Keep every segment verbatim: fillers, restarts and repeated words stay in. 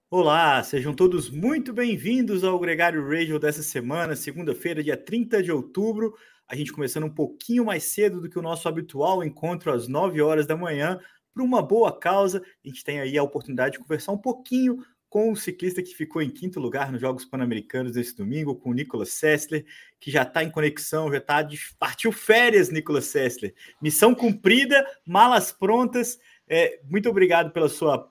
Olá, sejam todos muito bem-vindos ao Gregário Radio dessa semana, segunda-feira, dia trinta de outubro. A gente começando um pouquinho mais cedo do que o nosso habitual encontro às nove horas da manhã, por uma boa causa. A gente tem aí a oportunidade de conversar um pouquinho com o ciclista que ficou em quinto lugar nos Jogos Pan-Americanos desse domingo, com o Nicolas Sessler, que já está em conexão, já está de... partiu férias, Nicolas Sessler. Missão cumprida, malas prontas. É, muito obrigado pela sua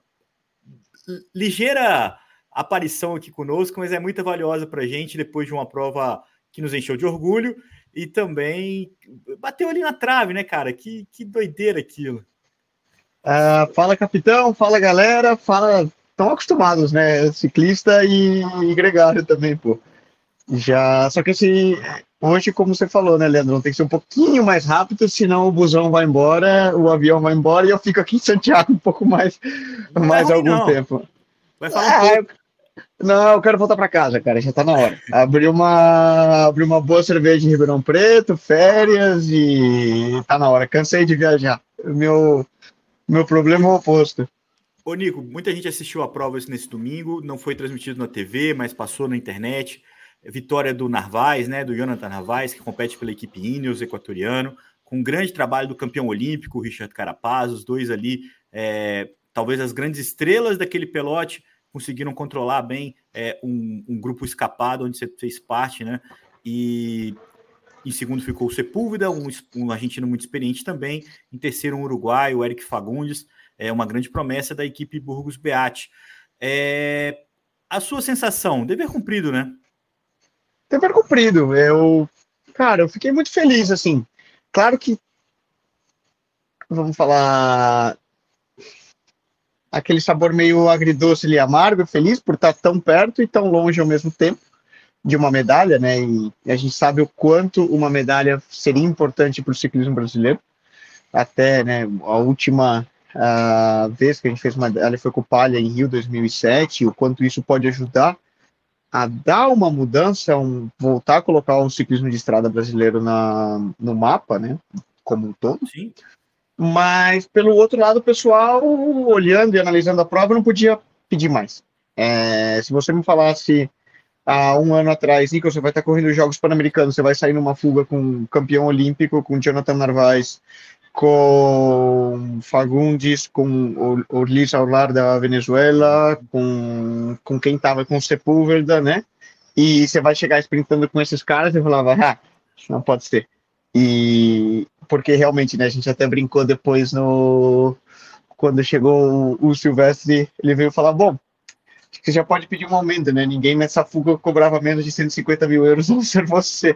ligeira aparição aqui conosco, mas é muito valiosa para a gente depois de uma prova que nos encheu de orgulho e também bateu ali na trave, né, cara? Que, que doideira aquilo. Uh, fala, capitão, fala, galera, fala. Estão acostumados, né? Ciclista e, e gregário também, pô. Já, só que esse, hoje, como você falou, né, Leandro, tem que ser um pouquinho mais rápido, senão o busão vai embora, o avião vai embora e eu fico aqui em Santiago um pouco mais, Não vai mais ruim, algum não. tempo. Vai falar um pouco. Não, eu quero voltar para casa, cara, já tá na hora. Abri uma, abri uma boa cerveja em Ribeirão Preto, férias e tá na hora. Cansei de viajar. Meu, meu problema é o oposto. Ô, Nico, muita gente assistiu a prova nesse domingo, não foi transmitido na T V, mas passou na internet. Vitória do Narvaez, né, do Jonathan Narvaez, que compete pela equipe Ineos, equatoriano, com um grande trabalho do campeão olímpico, Richard Carapaz, os dois ali, é, talvez as grandes estrelas daquele pelote, conseguiram controlar bem é, um, um grupo escapado, onde você fez parte, né, e em segundo ficou o Sepúlveda, um, um argentino muito experiente também, em terceiro um uruguaio, o Eric Fagundes, é uma grande promessa da equipe Burgos Beat. É, a sua sensação, dever cumprido, né? Dever cumprido. Eu, cara, eu fiquei muito feliz, assim. Claro que, vamos falar, aquele sabor meio agridoce e amargo, feliz por estar tão perto e tão longe ao mesmo tempo de uma medalha, né? E a gente sabe o quanto uma medalha seria importante para o ciclismo brasileiro. Até, né, a última uh, vez que a gente fez uma medalha foi com o Palha em Rio dois mil e sete, o quanto isso pode ajudar a dar uma mudança, um, voltar a colocar o ciclismo de estrada brasileiro na, no mapa, né, como um todo. Sim. Mas, pelo outro lado, o pessoal, olhando e analisando a prova, não podia pedir mais. É, se você me falasse há um ano atrás, Nico, você vai estar correndo os Jogos Pan-Americanos, você vai sair numa fuga com um campeão olímpico, com Jonathan Narvaez, com Fagundes, com Orliz Aular da Venezuela, com, com quem estava com Sepúlveda, né? E você vai chegar sprintando com esses caras e falava, ah, isso não pode ser. E porque realmente, né, a gente até brincou depois no quando chegou o, o Silvestre, ele veio falar, bom, acho que você já pode pedir um aumento, né? Ninguém nessa fuga cobrava menos de cento e cinquenta mil euros, a não ser você.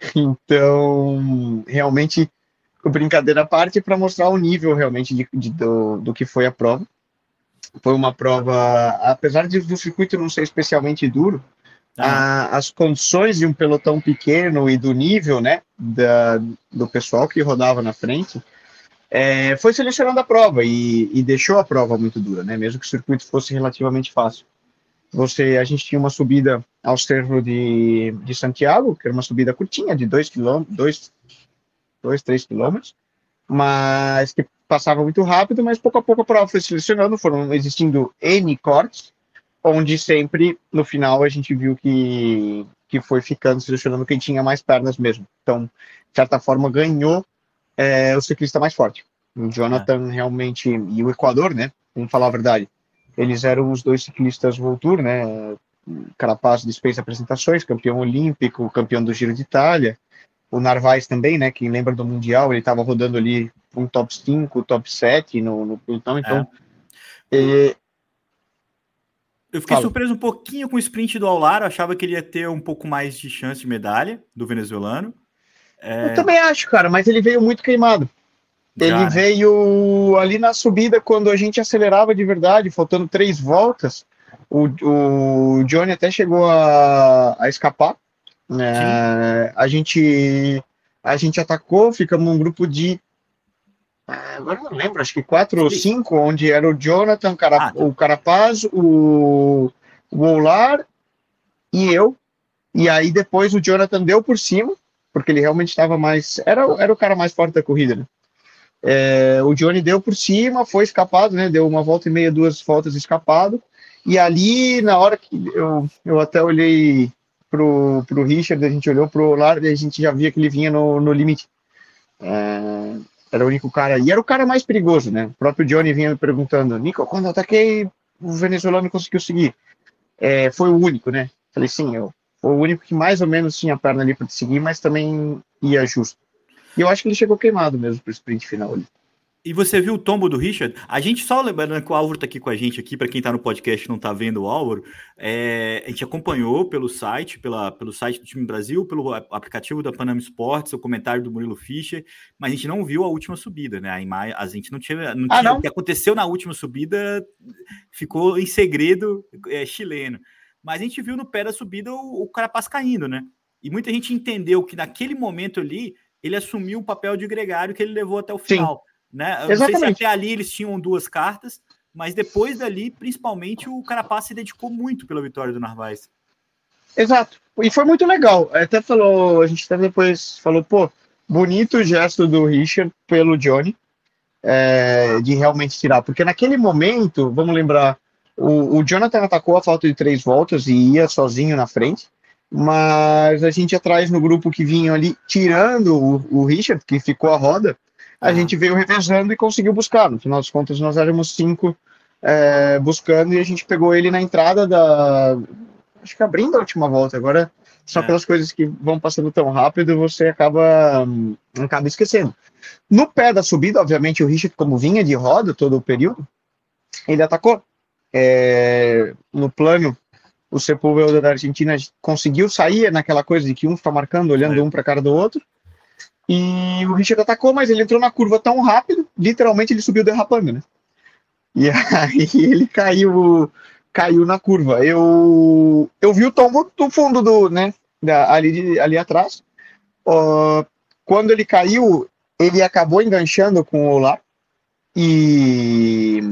Então, realmente, brincadeira à parte, para mostrar o nível realmente de, de, do, do que foi a prova. Foi uma prova, apesar de, do circuito não ser especialmente duro, a, as condições de um pelotão pequeno e do nível, né, da, do pessoal que rodava na frente, é, foi selecionando a prova e, e deixou a prova muito dura, né, mesmo que o circuito fosse relativamente fácil. Você, a gente tinha uma subida ao Cerro de, de Santiago, que era uma subida curtinha, de dois quilômetros, dois, dois, três quilômetros, mas que passava muito rápido, mas pouco a pouco a prova foi selecionando, foram existindo N cortes, onde sempre, no final, a gente viu que, que foi ficando, selecionando quem tinha mais pernas mesmo. Então, de certa forma, ganhou é, o ciclista mais forte. O Jonathan é. realmente, e o Equador, né, vamos falar a verdade, eles eram os dois ciclistas World Tour, né, Carapaz dispensa apresentações, campeão olímpico, campeão do Giro de Itália, o Narvaez também, né, quem lembra do Mundial, ele estava rodando ali um top cinco, top sete no, no pelotão, então... É. É, eu fiquei Fala. surpreso um pouquinho com o sprint do Aular, eu achava que ele ia ter um pouco mais de chance de medalha do venezuelano. É... Eu também acho, cara, mas ele veio muito queimado. Já, ele né? veio ali na subida, quando a gente acelerava de verdade, faltando três voltas, o, o Johnny até chegou a, a escapar. É, a, gente, a gente atacou, ficamos num grupo de agora não lembro, acho que quatro ou cinco, onde era o Jonathan, Cara, ah, tá. o Carapaz, o, o Oular e eu. E aí depois o Jonathan deu por cima, porque ele realmente estava mais... Era, era o cara mais forte da corrida, né? É, o Johnny deu por cima, foi escapado, né? Deu uma volta e meia, duas voltas escapado. E ali, na hora que eu, eu até olhei pro, pro Richard, a gente olhou pro Lard e a gente já via que ele vinha no, no limite. É, era o único cara, e era o cara mais perigoso, né? O próprio Johnny vinha me perguntando, Nico, quando eu ataquei, o venezuelano conseguiu seguir. É, foi o único, né? Falei, sim, eu, foi o único que mais ou menos tinha a perna ali para te seguir, mas também ia justo. E eu acho que ele chegou queimado mesmo pro sprint final ali. E você viu o tombo do Richard? A gente, só lembrando que o Álvaro tá aqui com a gente aqui, para quem tá no podcast e não tá vendo o Álvaro, é, a gente acompanhou pelo site, pela, pelo site do Time Brasil, pelo aplicativo da Panama Sports, o comentário do Murilo Fischer, mas a gente não viu a última subida, né? A, imagem, a gente não tinha, não ah, tinha não? o que aconteceu na última subida ficou em segredo é, chileno. Mas a gente viu no pé da subida o, o Carapaz caindo, né? E muita gente entendeu que naquele momento ali ele assumiu o papel de gregário que ele levou até o final. Sim. Né? Eu não sei se até ali eles tinham duas cartas, mas depois dali, principalmente, o Carapaz se dedicou muito pela vitória do Narvaez. Exato. E foi muito legal. Até falou, a gente até depois falou, pô, bonito o gesto do Richard pelo Johnny, é, de realmente tirar. Porque naquele momento, vamos lembrar, o, o Jonathan atacou a falta de três voltas e ia sozinho na frente, mas a gente atrás no grupo que vinha ali, tirando o, o Richard, que ficou a roda, a ah. gente veio revezando e conseguiu buscar. No final das contas, nós éramos cinco é, buscando e a gente pegou ele na entrada da... Acho que abrindo a última volta. Agora, só é. pelas coisas que vão passando tão rápido, você acaba, um, acaba esquecendo. No pé da subida, obviamente, o Richard, como vinha de roda todo o período, ele atacou. É, no plano, o Sepúlveda da Argentina conseguiu sair naquela coisa de que um fica marcando, olhando é. um para a cara do outro. E o Richard atacou, mas ele entrou na curva tão rápido, literalmente ele subiu derrapando, né? E aí ele caiu, caiu na curva. Eu, eu vi o tombo do fundo do, né? Da, ali, de, ali atrás. Uh, quando ele caiu, ele acabou enganchando com o Olar e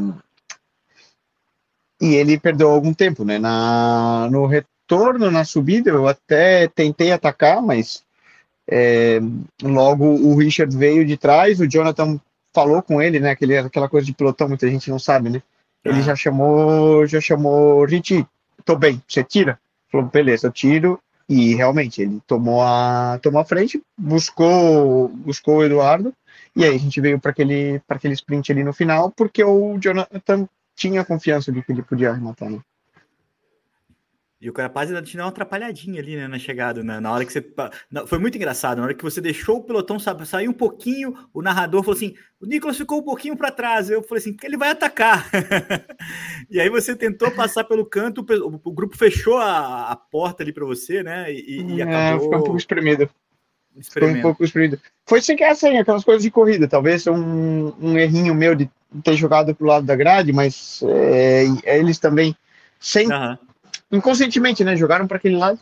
e ele perdeu algum tempo, né? Na, no retorno, na subida, eu até tentei atacar, mas É, logo o Richard veio de trás, o Jonathan falou com ele, né? Aquele, aquela coisa de pelotão, muita gente não sabe, né? Ele ah. já chamou, já chamou, Richie, tô bem, você tira? Falou, beleza, eu tiro. E realmente ele tomou a, tomou a frente, buscou, buscou o Eduardo, e aí a gente veio para aquele, para aquele sprint ali no final, porque o Jonathan tinha confiança de que ele podia arrematar, né? E o Carapaz ainda te deu uma atrapalhadinha ali, né, na chegada, né? Na hora que você... Foi muito engraçado, na hora que você deixou o pelotão sair um pouquinho, o narrador falou assim, o Nicolas ficou um pouquinho para trás. Eu falei assim, ele vai atacar. E aí você tentou passar pelo canto, o grupo fechou a, a porta ali para você, né? E, e acabou... É, ficou um pouco espremido. Ficou um pouco espremido. Foi sem que assim, aquelas coisas de corrida. Talvez um, um errinho meu de ter jogado pro lado da grade, mas é, eles também, sem... Uhum. inconscientemente, né? Jogaram para aquele lado.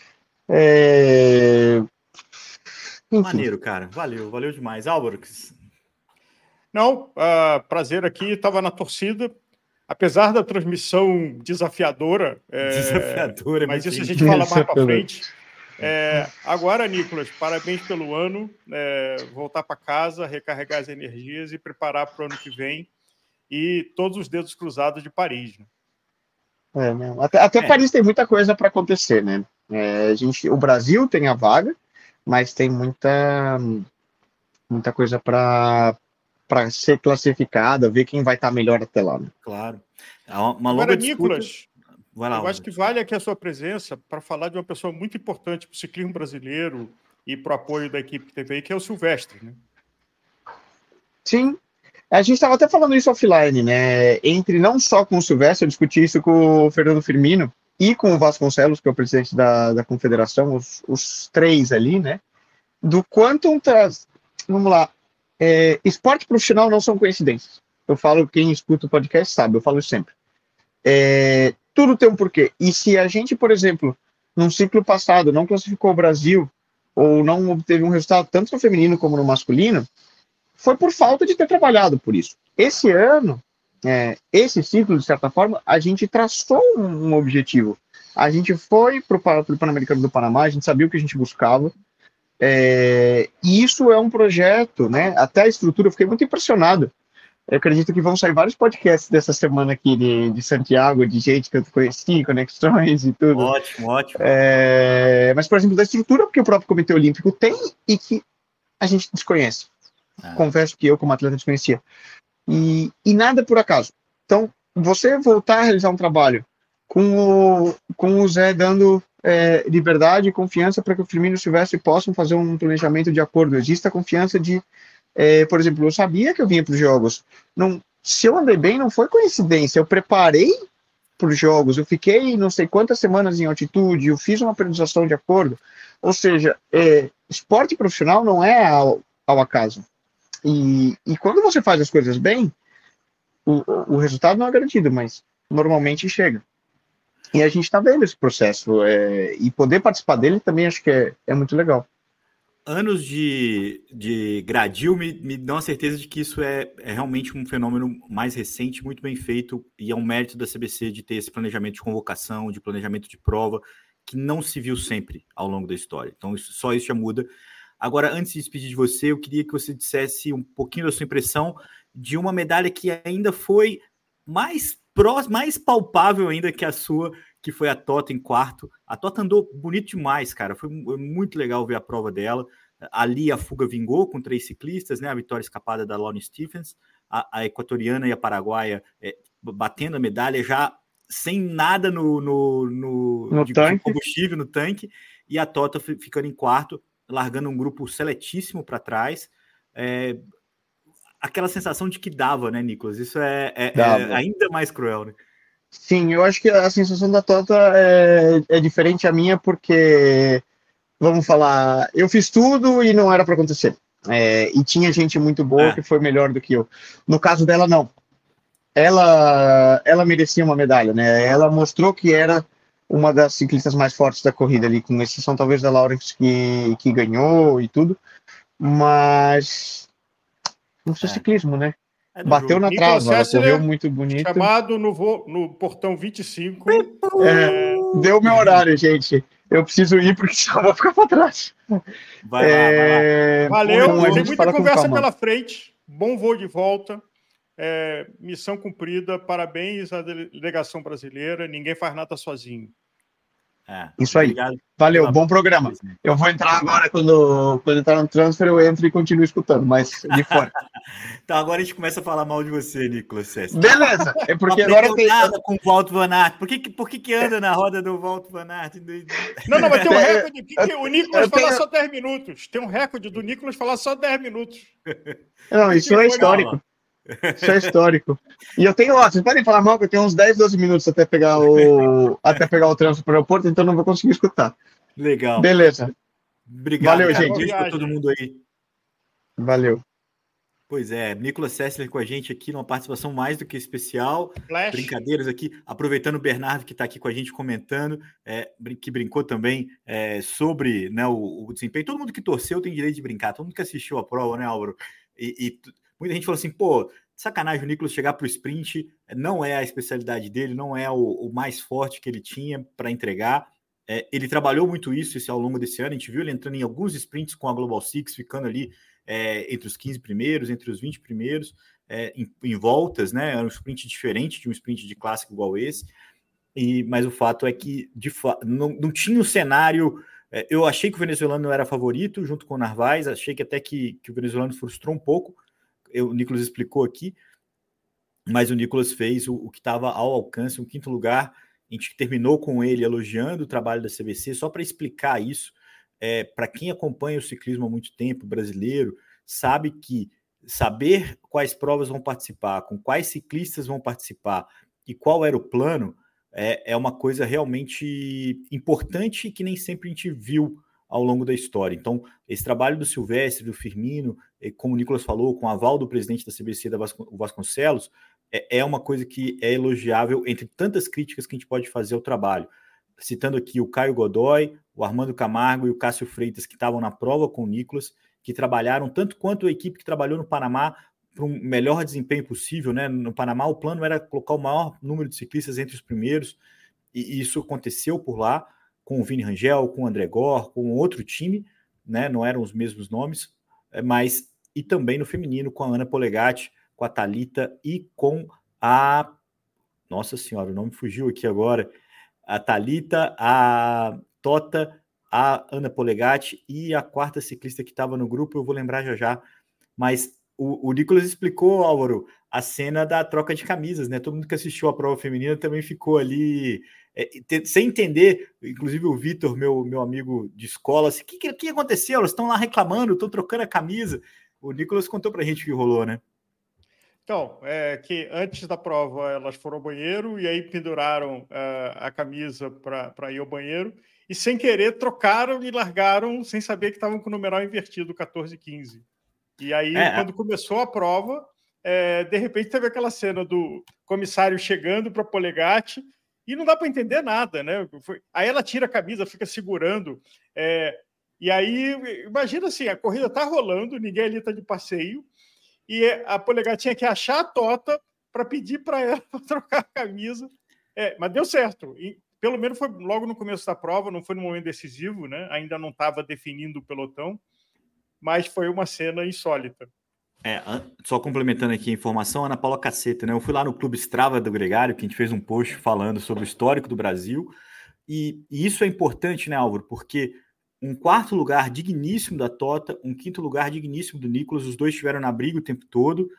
É... Maneiro, cara. Valeu, valeu demais. Álvaro? Não, uh, prazer aqui. Estava na torcida. Apesar da transmissão desafiadora. É... Desafiadora, mas isso a gente fala mais para frente. É... Agora, Nicolas, parabéns pelo ano. É... Voltar para casa, recarregar as energias e preparar para o ano que vem. E todos os dedos cruzados de Paris, né? É, não. Até, até é. Paris tem muita coisa para acontecer, né? É, a gente, o Brasil tem a vaga, mas tem muita, muita coisa para para ser classificada, ver quem vai estar tá melhor até lá. Né? Claro. É uma longa Agora, disputa. Nicolas, vai lá, eu acho que vale aqui a sua presença para falar de uma pessoa muito importante para o ciclismo brasileiro e para o apoio da equipe T V, que é o Silvestre, né? Sim. A gente estava até falando isso offline, né? Entre não só com o Silvestre, eu discuti isso com o Fernando Firmino e com o Vasconcelos, que é o presidente da, da confederação, os, os três ali, né? Do quanto um traz. Vamos lá. É, esporte profissional não são coincidências. Eu falo, quem escuta o podcast sabe, eu falo sempre. É, tudo tem um porquê. E se a gente, por exemplo, num ciclo passado não classificou o Brasil, ou não obteve um resultado tanto no feminino como no masculino, foi por falta de ter trabalhado por isso. Esse ano, é, esse ciclo, de certa forma, a gente traçou um, um objetivo. A gente foi para o Pan-Americano do Panamá, a gente sabia o que a gente buscava, é, e isso é um projeto, né? Até a estrutura, eu fiquei muito impressionado Eu acredito que vão sair vários podcasts dessa semana aqui de, de Santiago, de gente que eu conheci, conexões e tudo. Ótimo, ótimo. É, mas, por exemplo, da estrutura que o próprio Comitê Olímpico tem e que a gente desconhece. Ah. Confesso que eu, como atleta, desconhecia. E, e nada por acaso. Então, você voltar a realizar um trabalho com o, com o Zé dando é, liberdade e confiança para que o Firmino e o Silvestre possam fazer um planejamento de acordo. Existe a confiança de, é, por exemplo, eu sabia que eu vinha para os jogos. Não, se eu andei bem, não foi coincidência. Eu preparei para os jogos, eu fiquei não sei quantas semanas em altitude, eu fiz uma periodização de acordo. Ou seja, é, esporte profissional não é ao, ao acaso. E, e quando você faz as coisas bem, o, o resultado não é garantido, mas normalmente chega. E a gente está vendo esse processo, é, e poder participar dele também acho que é, é muito legal. Anos de, de gradil me, me dão a certeza de que isso é, é realmente um fenômeno mais recente, muito bem feito, e é um mérito da C B C de ter esse planejamento de convocação, de planejamento de prova, que não se viu sempre ao longo da história. Então, isso, só isso já muda. Agora, antes de despedir de você, eu queria que você dissesse um pouquinho da sua impressão de uma medalha que ainda foi mais próxima, mais palpável ainda que a sua, que foi a Tota em quarto. A Tota andou bonito demais, cara. Foi muito legal ver a prova dela. Ali a fuga vingou com três ciclistas, né? A vitória escapada da Lauren Stephens, a, a equatoriana e a paraguaia é, batendo a medalha já sem nada no, no, no, no de, tanque. de combustível no tanque, e a Tota ficando em quarto, largando um grupo seletíssimo para trás. É, aquela sensação de que dava, né, Nicolas? Isso é, é, é ainda mais cruel, né? Sim, eu acho que a sensação da Tota é, é diferente a minha, porque, vamos falar, eu fiz tudo e não era para acontecer. É, e tinha gente muito boa é. que foi melhor do que eu. No caso dela, não. Ela, ela merecia uma medalha, né? Ela mostrou que era uma das ciclistas mais fortes da corrida ali, com exceção talvez da Lawrence que, que ganhou e tudo, mas não sei é. ciclismo, né? É Bateu jogo. na Nicolas trava, ela Sessler, correu muito bonito. Chamado no, vo, no portão vinte e cinco. É, deu meu horário, gente. Eu preciso ir porque senão eu vou ficar para trás. Vai é... lá, vai lá. Valeu, então, tem muita conversa pela frente. Bom voo de volta. É, missão cumprida, parabéns à delegação brasileira, ninguém faz nada sozinho. É, Isso aí, valeu, pela... bom programa. Eu vou entrar agora, quando, quando entrar no transfer, eu entro e continuo escutando, mas de fora. Então agora a gente começa a falar mal de você, Nicolas Sessler. Beleza, é porque não agora tem... nada com o Walter Van Aert. Por que, por que, que anda na roda do Walter Van Aert? Não, não, mas tem um recorde, que, que o Nicolas fala tenho... só dez minutos. Tem um recorde do Nicolas falar só dez minutos. Não, isso é histórico. Isso é histórico. E eu tenho, ó, vocês podem falar mal que eu tenho uns dez, doze minutos até pegar o até pegar o trânsito para o aeroporto, então não vou conseguir escutar. Legal. Beleza. Obrigado, valeu, cara. gente. Beijo para todo mundo aí. Valeu. Pois é, Nicolas Sessler com a gente aqui numa participação mais do que especial. Flash. Brincadeiras aqui, aproveitando o Bernardo que está aqui com a gente comentando, é, que brincou também é, sobre, né, o, o desempenho. Todo mundo que torceu tem direito de brincar, todo mundo que assistiu a prova, né, Álvaro? E, e muita gente falou assim, pô, sacanagem o Nicolas chegar para o sprint, não é a especialidade dele, não é o, o mais forte que ele tinha para entregar. É, ele trabalhou muito isso, isso ao longo desse ano, a gente viu ele entrando em alguns sprints com a Global Six, ficando ali é, entre os quinze primeiros, entre os vinte primeiros, é, em, em voltas, né? Era um sprint diferente de um sprint de clássico igual esse, e, mas o fato é que de fa- não, não tinha um cenário. É, eu achei que o venezuelano não era favorito, junto com o Narvaez, achei que até que, que o venezuelano frustrou um pouco. Eu, o Nicolas explicou aqui, mas o Nicolas fez o, o que estava ao alcance, um quinto lugar. A gente terminou com ele elogiando o trabalho da C B C, só para explicar isso. É, para quem acompanha o ciclismo há muito tempo, brasileiro, sabe que saber quais provas vão participar, com quais ciclistas vão participar e qual era o plano, é, é uma coisa realmente importante que nem sempre a gente viu ao longo da história. Então, esse trabalho do Silvestre, do Firmino, como o Nicolas falou, com o aval do presidente da C B C, da Vasco, Vasconcelos, é, é uma coisa que é elogiável entre tantas críticas que a gente pode fazer ao trabalho. Citando aqui o Caio Godoy, o Armando Camargo e o Cássio Freitas, que estavam na prova com o Nicolas, que trabalharam tanto quanto a equipe que trabalhou no Panamá para um melhor desempenho possível, né? No Panamá o plano era colocar o maior número de ciclistas entre os primeiros, e isso aconteceu por lá, com o Vini Rangel, com o André Gor, com outro time, né? Não eram os mesmos nomes, mas e também no feminino com a Ana Polegatti, com a Thalita e com a... Nossa Senhora, o nome fugiu aqui agora. A Thalita, a Tota, a Ana Polegatti e a quarta ciclista que estava no grupo, eu vou lembrar já já. Mas o, o Nicolas explicou, Álvaro, a cena da troca de camisas, né? Todo mundo que assistiu a prova feminina também ficou ali é, te, sem entender, inclusive o Vitor, meu, meu amigo de escola, assim, o que, que, que aconteceu? Elas estão lá reclamando, estão trocando a camisa. O Nicolas contou pra gente o que rolou, né? Então, é que antes da prova elas foram ao banheiro e aí penduraram uh, a camisa para ir ao banheiro e, sem querer, trocaram e largaram sem saber que estavam com o numeral invertido, quatorze e quinze. E aí, é, quando começou a prova, é, de repente teve aquela cena do comissário chegando para Polegatti e não dá para entender nada, né? Foi... Aí ela tira a camisa, fica segurando. É... E aí, imagina assim, a corrida está rolando, ninguém ali está de passeio, e a Polegatti tinha que achar a Tota para pedir para ela pra trocar a camisa. É, mas deu certo. E, pelo menos foi logo no começo da prova, não foi no momento decisivo, né? Ainda não estava definindo o pelotão, mas foi uma cena insólita. É, só complementando aqui a informação, Ana Paula Caceta, né? Eu fui lá no Clube Strava do Gregário, que a gente fez um post falando sobre o histórico do Brasil, e, e isso é importante, né, Álvaro? Porque um quarto lugar digníssimo da Tota, um quinto lugar digníssimo do Nicolas, os dois estiveram na briga o tempo todo.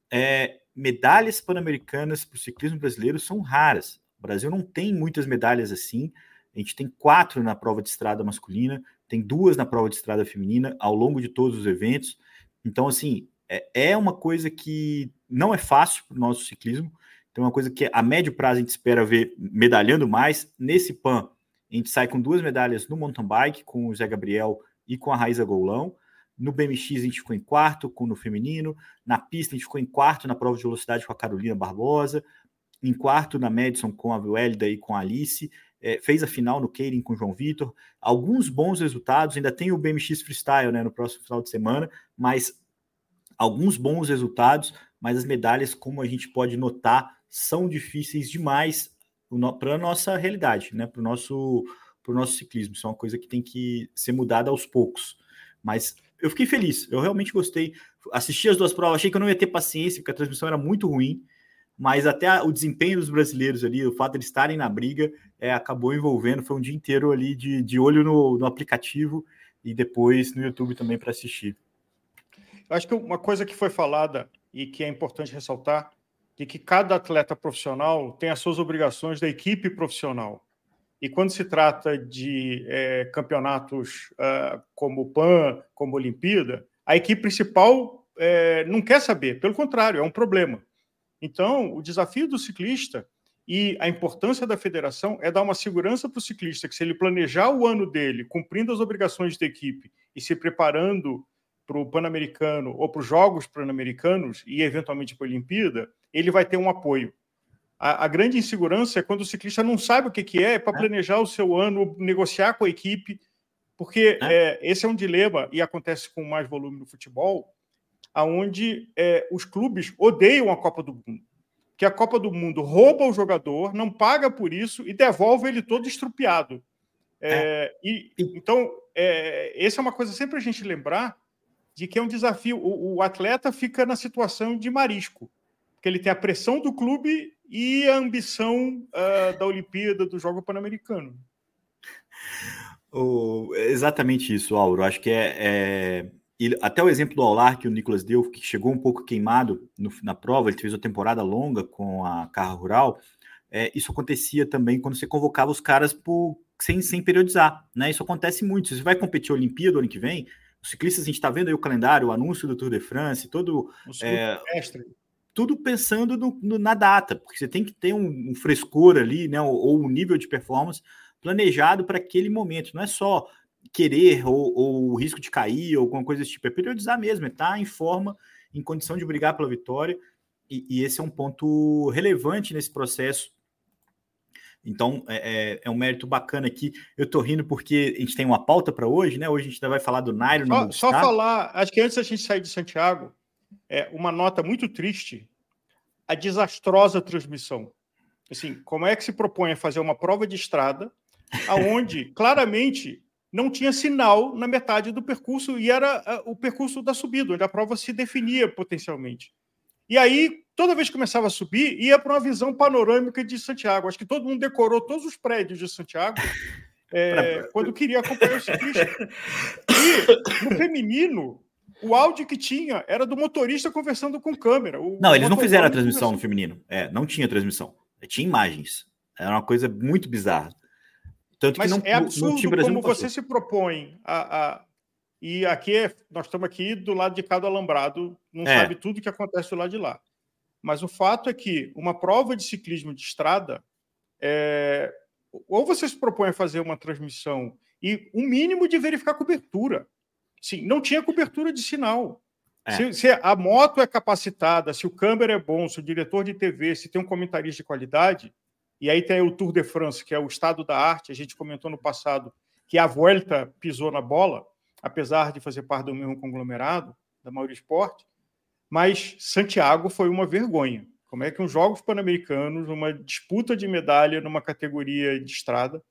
É, medalhas pan-americanas para o ciclismo brasileiro são raras. O Brasil não tem muitas medalhas assim. A gente tem quatro na prova de estrada masculina, tem duas na prova de estrada feminina, ao longo de todos os eventos. Então, assim, é, é uma coisa que não é fácil para o nosso ciclismo. Então, é uma coisa que a médio prazo a gente espera ver medalhando mais. Nesse Pan, a gente sai com duas medalhas no mountain bike, com o Zé Gabriel e com a Raíza Goulão. No B M X a gente ficou em quarto com no feminino. Na pista a gente ficou em quarto na prova de velocidade com a Carolina Barbosa. Em quarto na Madison com a Wélida e com a Alice. É, fez a final no Keirin com o João Vitor. Alguns bons resultados. Ainda tem o B M X Freestyle, né, no próximo final de semana. Mas alguns bons resultados. Mas as medalhas, como a gente pode notar, são difíceis demais para a nossa realidade, né? Para o nosso, pro nosso ciclismo. Isso é uma coisa que tem que ser mudada aos poucos. Mas eu fiquei feliz, eu realmente gostei. Assisti as duas provas, achei que eu não ia ter paciência, porque a transmissão era muito ruim, mas até o desempenho dos brasileiros ali, o fato de eles estarem na briga, é, acabou envolvendo. Foi um dia inteiro ali de, de olho no, no aplicativo e depois no YouTube também para assistir. Eu acho que uma coisa que foi falada e que é importante ressaltar é que cada atleta profissional tem as suas obrigações da equipe profissional. E quando se trata de é, campeonatos uh, como o Pan, como a Olimpíada, a equipe principal é, não quer saber, pelo contrário, é um problema. Então, o desafio do ciclista e a importância da federação é dar uma segurança para o ciclista, que se ele planejar o ano dele, cumprindo as obrigações da equipe e se preparando para o Pan-Americano ou para os Jogos Pan-Americanos e, eventualmente, para a Olimpíada, ele vai ter um apoio. A, a grande insegurança é quando o ciclista não sabe o que, que é, é para planejar o seu ano, negociar com a equipe, porque é. É, esse é um dilema, e acontece com mais volume no futebol, onde é, os clubes odeiam a Copa do Mundo. Que a Copa do Mundo rouba o jogador, não paga por isso e devolve ele todo estrupiado. É, é. E, então, é, essa é uma coisa sempre a gente lembrar de que é um desafio. O, o atleta fica na situação de marisco, porque ele tem a pressão do clube e a ambição uh, da Olimpíada, do Jogo Pan-Americano. Oh, exatamente isso, Auro. Acho que é, é... E até o exemplo do Aular que o Nicolas deu, que chegou um pouco queimado no, na prova, ele fez uma temporada longa com a Carro Rural, é, isso acontecia também quando você convocava os caras por, sem, sem periodizar, né? Isso acontece muito. Se você vai competir a Olimpíada ano que vem, os ciclistas, a gente está vendo aí o calendário, o anúncio do Tour de France, todo... É, tudo pensando no, no, na data, porque você tem que ter um, um frescor ali, né? Ou, ou um nível de performance planejado para aquele momento. Não é só querer ou, ou o risco de cair ou alguma coisa desse tipo, é periodizar mesmo, é estar em forma, em condição de brigar pela vitória, e, e esse é um ponto relevante nesse processo. Então, é, é, é um mérito bacana aqui. Eu tô rindo porque a gente tem uma pauta para hoje, né? Hoje a gente ainda vai falar do Nairo no Movistar. Só falar, acho que antes da gente sair de Santiago, é uma nota muito triste, a desastrosa transmissão. Assim, como é que se propõe a fazer uma prova de estrada aonde claramente não tinha sinal na metade do percurso e era uh, o percurso da subida, onde a prova se definia potencialmente. E aí, toda vez que começava a subir, ia para uma visão panorâmica de Santiago. Acho que todo mundo decorou todos os prédios de Santiago é, pra... quando queria acompanhar o ciclista. E no feminino, o áudio que tinha era do motorista conversando com câmera. O, não, o eles não fizeram a transmissão conversando. no feminino. É, não tinha transmissão. Tinha imagens. Era uma coisa muito bizarra. Tanto Mas que não, é absurdo no, no Brasil como você se propõe a... a... E aqui, é... nós estamos aqui do lado de cada alambrado, não é. sabe tudo o que acontece do lado de lá. Mas o fato é que uma prova de ciclismo de estrada, é... ou você se propõe a fazer uma transmissão e um mínimo de verificar cobertura. Sim, não tinha cobertura de sinal. É. Se, se a moto é capacitada, se o câmera é bom, se o diretor de T V, se tem um comentarista de qualidade, e aí tem o Tour de France, que é o estado da arte, a gente comentou no passado que a Vuelta pisou na bola, apesar de fazer parte do mesmo conglomerado, da Mauri Sport, mas Santiago foi uma vergonha. Como é que uns Jogos Pan-Americanos, uma disputa de medalha numa categoria de estrada,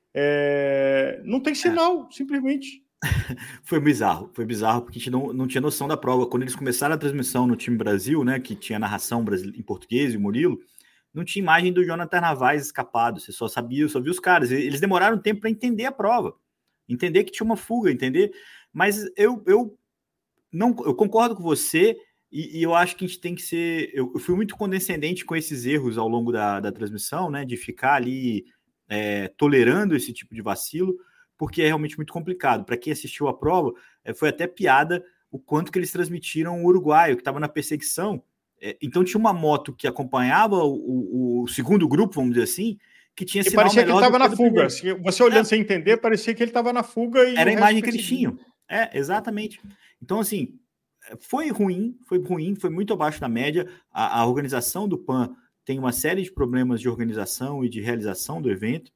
é... não tem sinal, é. simplesmente. Foi bizarro, foi bizarro, porque a gente não, não tinha noção da prova. Quando eles começaram a transmissão no Time Brasil, né, que tinha narração em português e o Murilo, não tinha imagem do Jonathan Narvaez escapado, você só sabia, só via os caras. Eles demoraram tempo para entender a prova, entender que tinha uma fuga, entender. Mas eu, eu, não, eu concordo com você e, e eu acho que a gente tem que ser... Eu, eu fui muito condescendente com esses erros ao longo da, da transmissão, né, de ficar ali é, tolerando esse tipo de vacilo, porque é realmente muito complicado. Para quem assistiu a prova, é, foi até piada o quanto que eles transmitiram o uruguaio, que estava na perseguição. É, então tinha uma moto que acompanhava o, o, o segundo grupo, vamos dizer assim, que tinha sinal melhor. E parecia que ele estava na fuga. Primeiro. Você olhando é. sem entender, parecia que ele estava na fuga. E era a imagem que eles tinham. É, exatamente. Então, assim, foi ruim, foi ruim, foi muito abaixo da média. A, a organização do P A N tem uma série de problemas de organização e de realização do evento.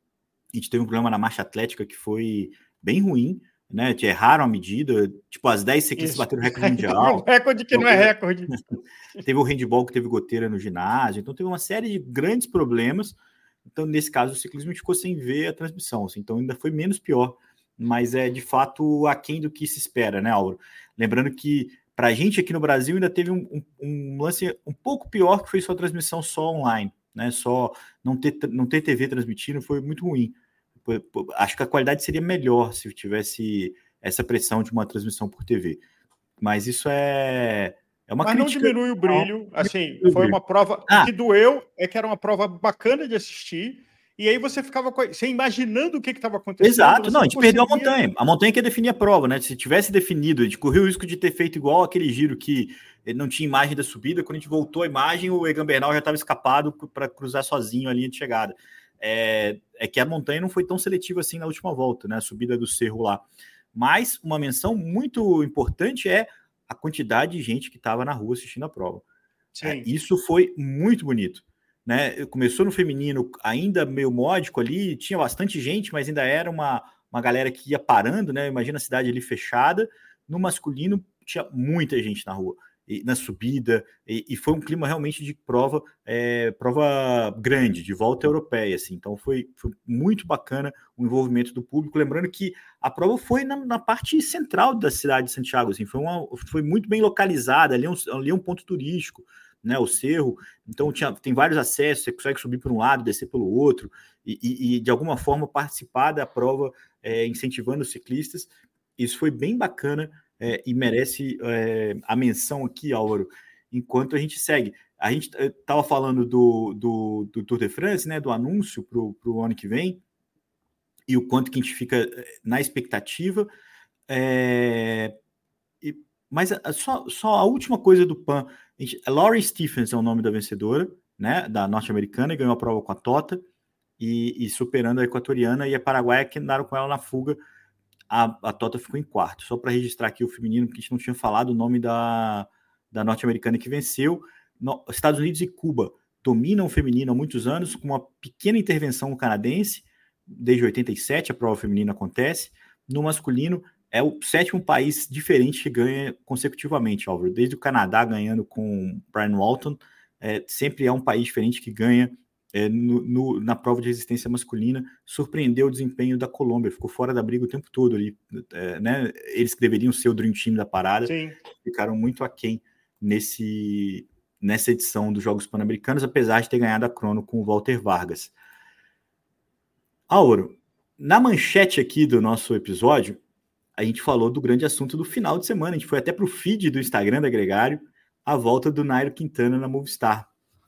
A gente teve um problema na marcha atlética que foi bem ruim, né? Erraram a medida, tipo, as dez ciclistas bateram o recorde mundial. um recorde que não é recorde. Teve o handball que teve goteira no ginásio, então teve uma série de grandes problemas. Então, nesse caso, o ciclismo ficou sem ver a transmissão, assim, então ainda foi menos pior, mas é de fato aquém do que se espera, né, Álvaro? Lembrando que para a gente aqui no Brasil ainda teve um, um, um lance um pouco pior, que foi só transmissão só online, né? Só não ter, não ter T V transmitindo foi muito ruim. Acho que a qualidade seria melhor se tivesse essa pressão de uma transmissão por T V. Mas isso é, é uma Mas crítica. Mas não diminui o brilho. Assim, foi uma prova... Ah. O que doeu é que era uma prova bacana de assistir, e aí você ficava você imaginando o que estava acontecendo. Exato, não, a gente conseguia... perdeu a montanha. A montanha que ia definir a prova, né? Se tivesse definido, a gente correu o risco de ter feito igual aquele giro que não tinha imagem da subida. Quando a gente voltou a imagem, o Egan Bernal já estava escapado para cruzar sozinho a linha de chegada. É, é que a montanha não foi tão seletiva assim na última volta, né? A subida do cerro lá. Mas uma menção muito importante é a quantidade de gente que estava na rua assistindo a prova. É, isso foi muito bonito, né? Começou no feminino ainda meio módico ali, tinha bastante gente, mas ainda era uma, uma galera que ia parando, né? Imagina a cidade ali fechada. No masculino tinha muita gente na rua, e, na subida, e, e foi um clima realmente de prova, é, prova grande, de volta europeia, assim. Então foi, foi muito bacana o envolvimento do público, lembrando que a prova foi na, na parte central da cidade de Santiago, assim, foi, uma, foi muito bem localizada, ali é um, ali é um ponto turístico, né, o cerro, então tinha, tem vários acessos, você consegue subir por um lado, descer pelo outro, e, e, e de alguma forma participar da prova, é, incentivando os ciclistas. Isso foi bem bacana, é, e merece é, a menção aqui, Álvaro, enquanto a gente segue. A gente estava falando do, do, do Tour de France, né, do anúncio para o ano que vem, e o quanto que a gente fica na expectativa, é, e, mas a, só, só a última coisa do P A N, a gente, a Lauren Stephens é o nome da vencedora, né, da norte-americana, e ganhou a prova com a Tota, e, e superando a equatoriana e a paraguaia, que andaram com ela na fuga. A, a Tota ficou em quarto. Só para registrar aqui o feminino, porque a gente não tinha falado o nome da, da norte-americana que venceu. No, Estados Unidos e Cuba dominam o feminino há muitos anos, com uma pequena intervenção canadense. Desde oitenta e sete a prova feminina acontece. No masculino, é o sétimo país diferente que ganha consecutivamente, Álvaro. Desde o Canadá ganhando com Brian Walton, é, sempre é um país diferente que ganha é, no, no, na prova de resistência masculina. Surpreendeu o desempenho da Colômbia, ficou fora da briga o tempo todo ali. É, né? Eles que deveriam ser o Dream Team da parada, Sim. ficaram muito aquém nesse, nessa edição dos Jogos Pan-Americanos, apesar de ter ganhado a crono com o Walter Vargas. Auro, na manchete aqui do nosso episódio, a gente falou do grande assunto do final de semana. A gente foi até para o feed do Instagram da Gregário, a volta do Nairo Quintana na Movistar.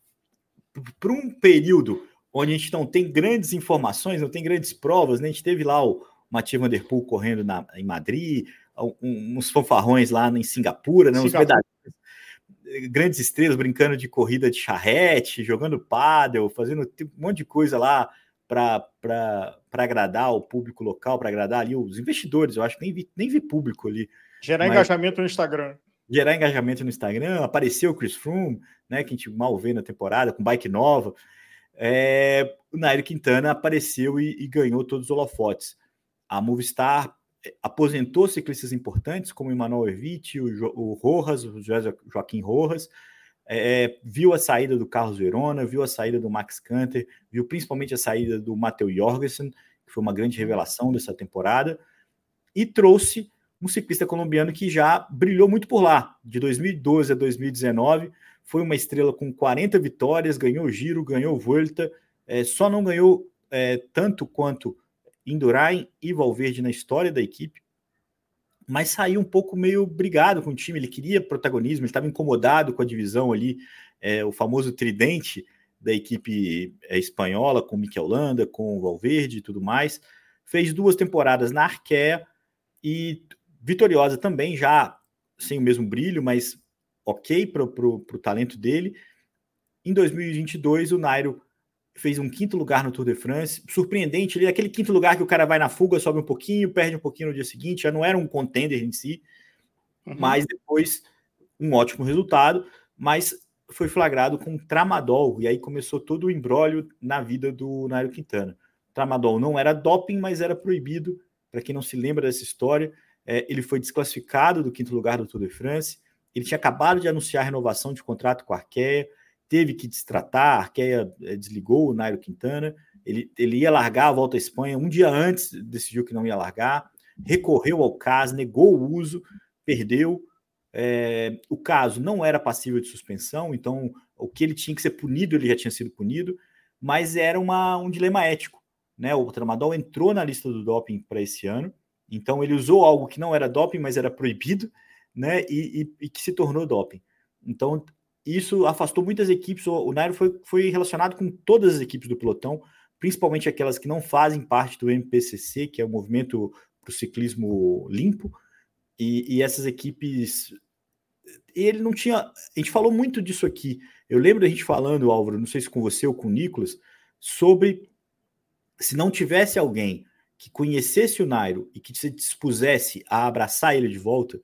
Por um período onde a gente não tem grandes informações, não tem grandes provas, né? A gente teve lá o Mathieu Van Der Poel correndo na, em Madrid, um, uns fanfarrões lá em Singapura, né? Uns medalhões, grandes estrelas brincando de corrida de charrete, jogando pádel, fazendo um monte de coisa lá para agradar o público local, para agradar ali os investidores. Eu acho que nem vi, nem vi público ali. Gerar engajamento no Instagram. Gerar engajamento no Instagram. Apareceu o Chris Froome, né, que a gente mal vê na temporada, com bike nova. É, o Nairo Quintana apareceu e, e ganhou todos os holofotes. A Movistar aposentou ciclistas importantes, como o Emmanuel Evite, o, jo, o Rojas, o José Joaquim Rojas. É, viu a saída do Carlos Verona, viu a saída do Max Canter, viu principalmente a saída do Matteo Jorgensen, que foi uma grande revelação dessa temporada, e trouxe um ciclista colombiano que já brilhou muito por lá. De dois mil e doze a dois mil e dezenove, foi uma estrela com quarenta vitórias, ganhou o Giro, ganhou Vuelta, é, só não ganhou é, tanto quanto Indurain e Valverde na história da equipe, mas saiu um pouco meio brigado com o time. Ele queria protagonismo, ele estava incomodado com a divisão ali, é, o famoso tridente da equipe é, espanhola, com o Mikel Landa, com o Valverde e tudo mais. Fez duas temporadas na Arkea e vitoriosa também, já sem o mesmo brilho, mas ok para o talento dele. Em dois mil e vinte e dois, o Nairo fez um quinto lugar no Tour de France, surpreendente, ele, aquele quinto lugar que o cara vai na fuga, sobe um pouquinho, perde um pouquinho no dia seguinte, já não era um contender em si, uhum. Mas depois um ótimo resultado, mas foi flagrado com tramadol, e aí começou todo o imbróglio na vida do Nairo Quintana. Tramadol não era doping, mas era proibido, para quem não se lembra dessa história, é, ele foi desclassificado do quinto lugar do Tour de France, ele tinha acabado de anunciar a renovação de contrato com a Arkea, teve que destratar, a Arkea desligou o Nairo Quintana, ele, ele ia largar a volta à Espanha, um dia antes decidiu que não ia largar, recorreu ao caso, negou o uso, perdeu, é, o caso não era passível de suspensão, então o que ele tinha que ser punido, ele já tinha sido punido, mas era uma, um dilema ético, né? O tramadol entrou na lista do doping para esse ano, então ele usou algo que não era doping, mas era proibido, né? E, e, e que se tornou doping. Então isso afastou muitas equipes. O Nairo foi, foi relacionado com todas as equipes do pelotão, principalmente aquelas que não fazem parte do M P C C, que é o movimento para o ciclismo limpo, e, e essas equipes, ele não tinha, a gente falou muito disso aqui, eu lembro da gente falando, Álvaro, não sei se com você ou com o Nicolas, sobre se não tivesse alguém que conhecesse o Nairo e que se dispusesse a abraçar ele de volta,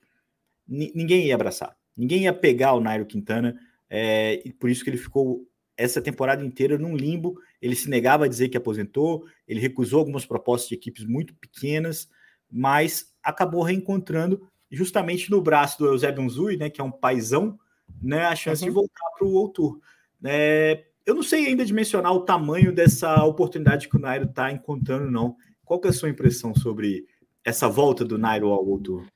n- ninguém ia abraçar, ninguém ia pegar o Nairo Quintana, é, e por isso que ele ficou essa temporada inteira num limbo. Ele se negava a dizer que aposentou, ele recusou algumas propostas de equipes muito pequenas, mas acabou reencontrando justamente no braço do Eusébio Unzui, né, que é um paizão, né, a chance uhum. de voltar para o World Tour. É, eu não sei ainda dimensionar o tamanho dessa oportunidade que o Nairo está encontrando, não. Qual que é a sua impressão sobre essa volta do Nairo ao World Tour?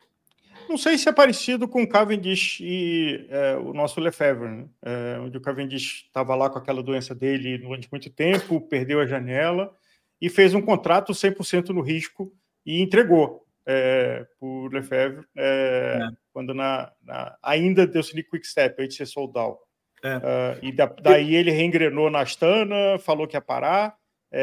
Não sei se é parecido com o Cavendish e é, o nosso Lefebvre, né? É, onde o Cavendish estava lá com aquela doença dele durante muito tempo, perdeu a janela e fez um contrato cem por cento no risco e entregou é, para o Lefebvre, é, é. quando na, na, ainda deu-se de quick step, aí de ser sold out. É. Uh, e da, daí ele reengrenou na Astana, falou que ia parar,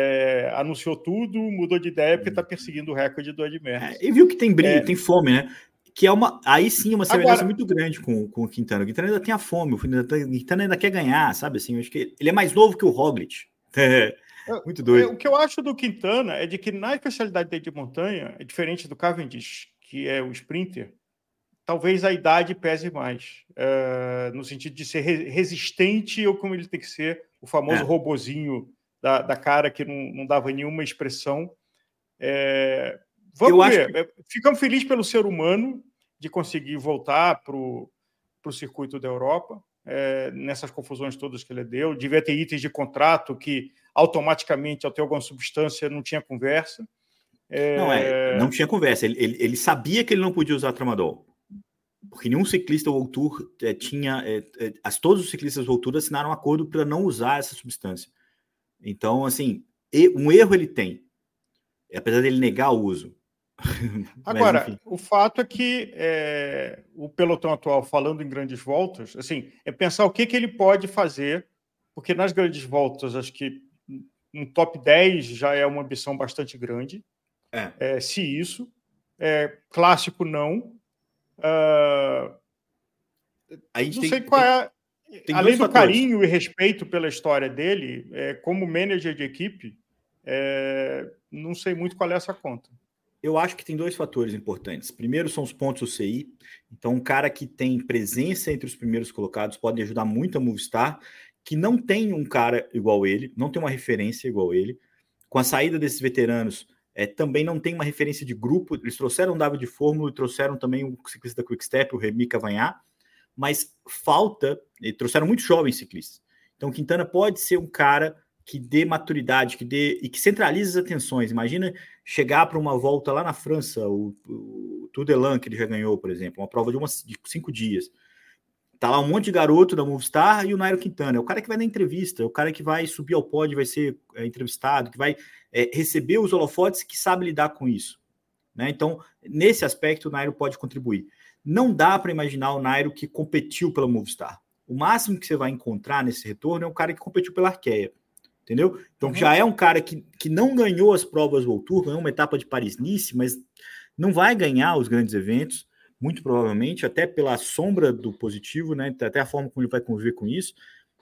é, anunciou tudo, mudou de ideia porque está perseguindo o recorde do Ed Merckx. É, e viu que tem brilho, é. tem fome, né? Que é uma, aí sim, uma semelhança Agora, muito grande com, com o Quintana. O Quintana ainda tem a fome, o Quintana ainda quer ganhar, sabe? Assim, eu acho que ele é mais novo que o Roglic. É, muito doido. É, o que eu acho do Quintana é de que na especialidade dele de montanha, é diferente do Cavendish, que é o sprinter, talvez a idade pese mais, é, no sentido de ser re- resistente ou como ele tem que ser, o famoso é. robozinho da, da cara que não, não dava nenhuma expressão. É, vamos eu ver. Acho que... Ficamos felizes pelo ser humano de conseguir voltar para o circuito da Europa, é, nessas confusões todas que ele deu. Devia ter itens de contrato que automaticamente, ao ter alguma substância, não tinha conversa. É... Não, é, não tinha conversa. Ele, ele, ele sabia que ele não podia usar tramadol. porque nenhum ciclista World Tour é, tinha... É, é, as, todos os ciclistas World Tour assinaram um acordo para não usar essa substância. Então, assim, um erro ele tem, apesar dele negar o uso. Agora, Mas, o fato é que é, o pelotão atual, falando em grandes voltas, assim, é pensar o que, que ele pode fazer, porque nas grandes voltas, acho que um top dez já é uma ambição bastante grande, é. É, se isso. É, clássico, não. Uh, a gente não tem, sei qual tem, é... Tem Além do fatores. carinho e respeito pela história dele, é, como manager de equipe, é, não sei muito qual é essa conta. Eu acho que tem dois fatores importantes. Primeiro são os pontos U C I. Então, um cara que tem presença entre os primeiros colocados pode ajudar muito a Movistar, que não tem um cara igual ele, não tem uma referência igual ele. Com a saída desses veteranos, é, também não tem uma referência de grupo. Eles trouxeram o David Fórmula e trouxeram também o ciclista da Quick Step, o Remy Cavagnac, mas falta, e trouxeram muitos jovens ciclistas. Então, Quintana pode ser um cara que dê maturidade, que dê e que centralize as atenções. Imagina chegar para uma volta lá na França, o, o Tour de Lan, que ele já ganhou, por exemplo, uma prova de, uma, de cinco dias. Tá lá um monte de garoto da Movistar e o Nairo Quintana. É o cara que vai dar entrevista, é o cara que vai subir ao pódio, vai ser é, entrevistado, que vai é, receber os holofotes, que sabe lidar com isso. Né? Então, nesse aspecto, o Nairo pode contribuir. Não dá para imaginar o Nairo que competiu pela Movistar. O máximo que você vai encontrar nesse retorno é um cara que competiu pela Arkea. Entendeu? Então, uhum. já é um cara que, que não ganhou as provas World Tour, ganhou uma etapa de Paris-Nice, mas não vai ganhar os grandes eventos, muito provavelmente, até pela sombra do positivo, né? Até a forma como ele vai conviver com isso,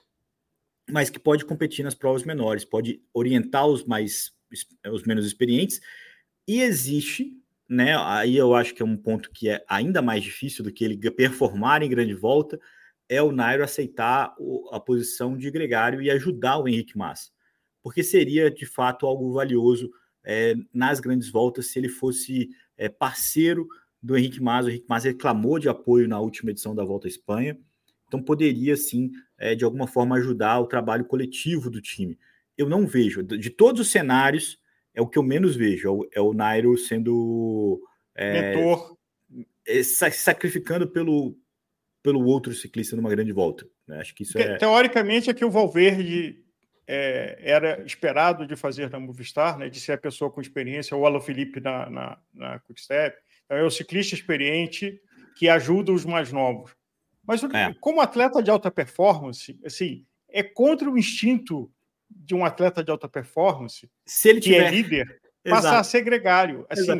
mas que pode competir nas provas menores, pode orientar os mais os menos experientes, e existe, né? Aí eu acho que é um ponto que é ainda mais difícil do que ele performar em grande volta, é o Nairo aceitar a posição de gregário e ajudar o Henrique Mas, porque seria, de fato, algo valioso é, nas grandes voltas se ele fosse é, parceiro do Henrique Mas. O Henrique Mas reclamou de apoio na última edição da Volta à Espanha, então poderia, sim, é, de alguma forma ajudar o trabalho coletivo do time. Eu não vejo, de todos os cenários, é o que eu menos vejo, é o, é o Nairo sendo... É, mentor. É, sacrificando pelo... pelo outro ciclista numa grande volta. Né? Acho que isso Porque, é... Teoricamente, é que o Valverde é, era esperado de fazer na Movistar, né, de ser a pessoa com experiência, o Alaphilippe na, na, na Quick Step. Então, é o ciclista experiente que ajuda os mais novos. Mas, é. como atleta de alta performance, assim, é contra o instinto de um atleta de alta performance, se ele que tiver... é líder, passar a ser gregário. Assim,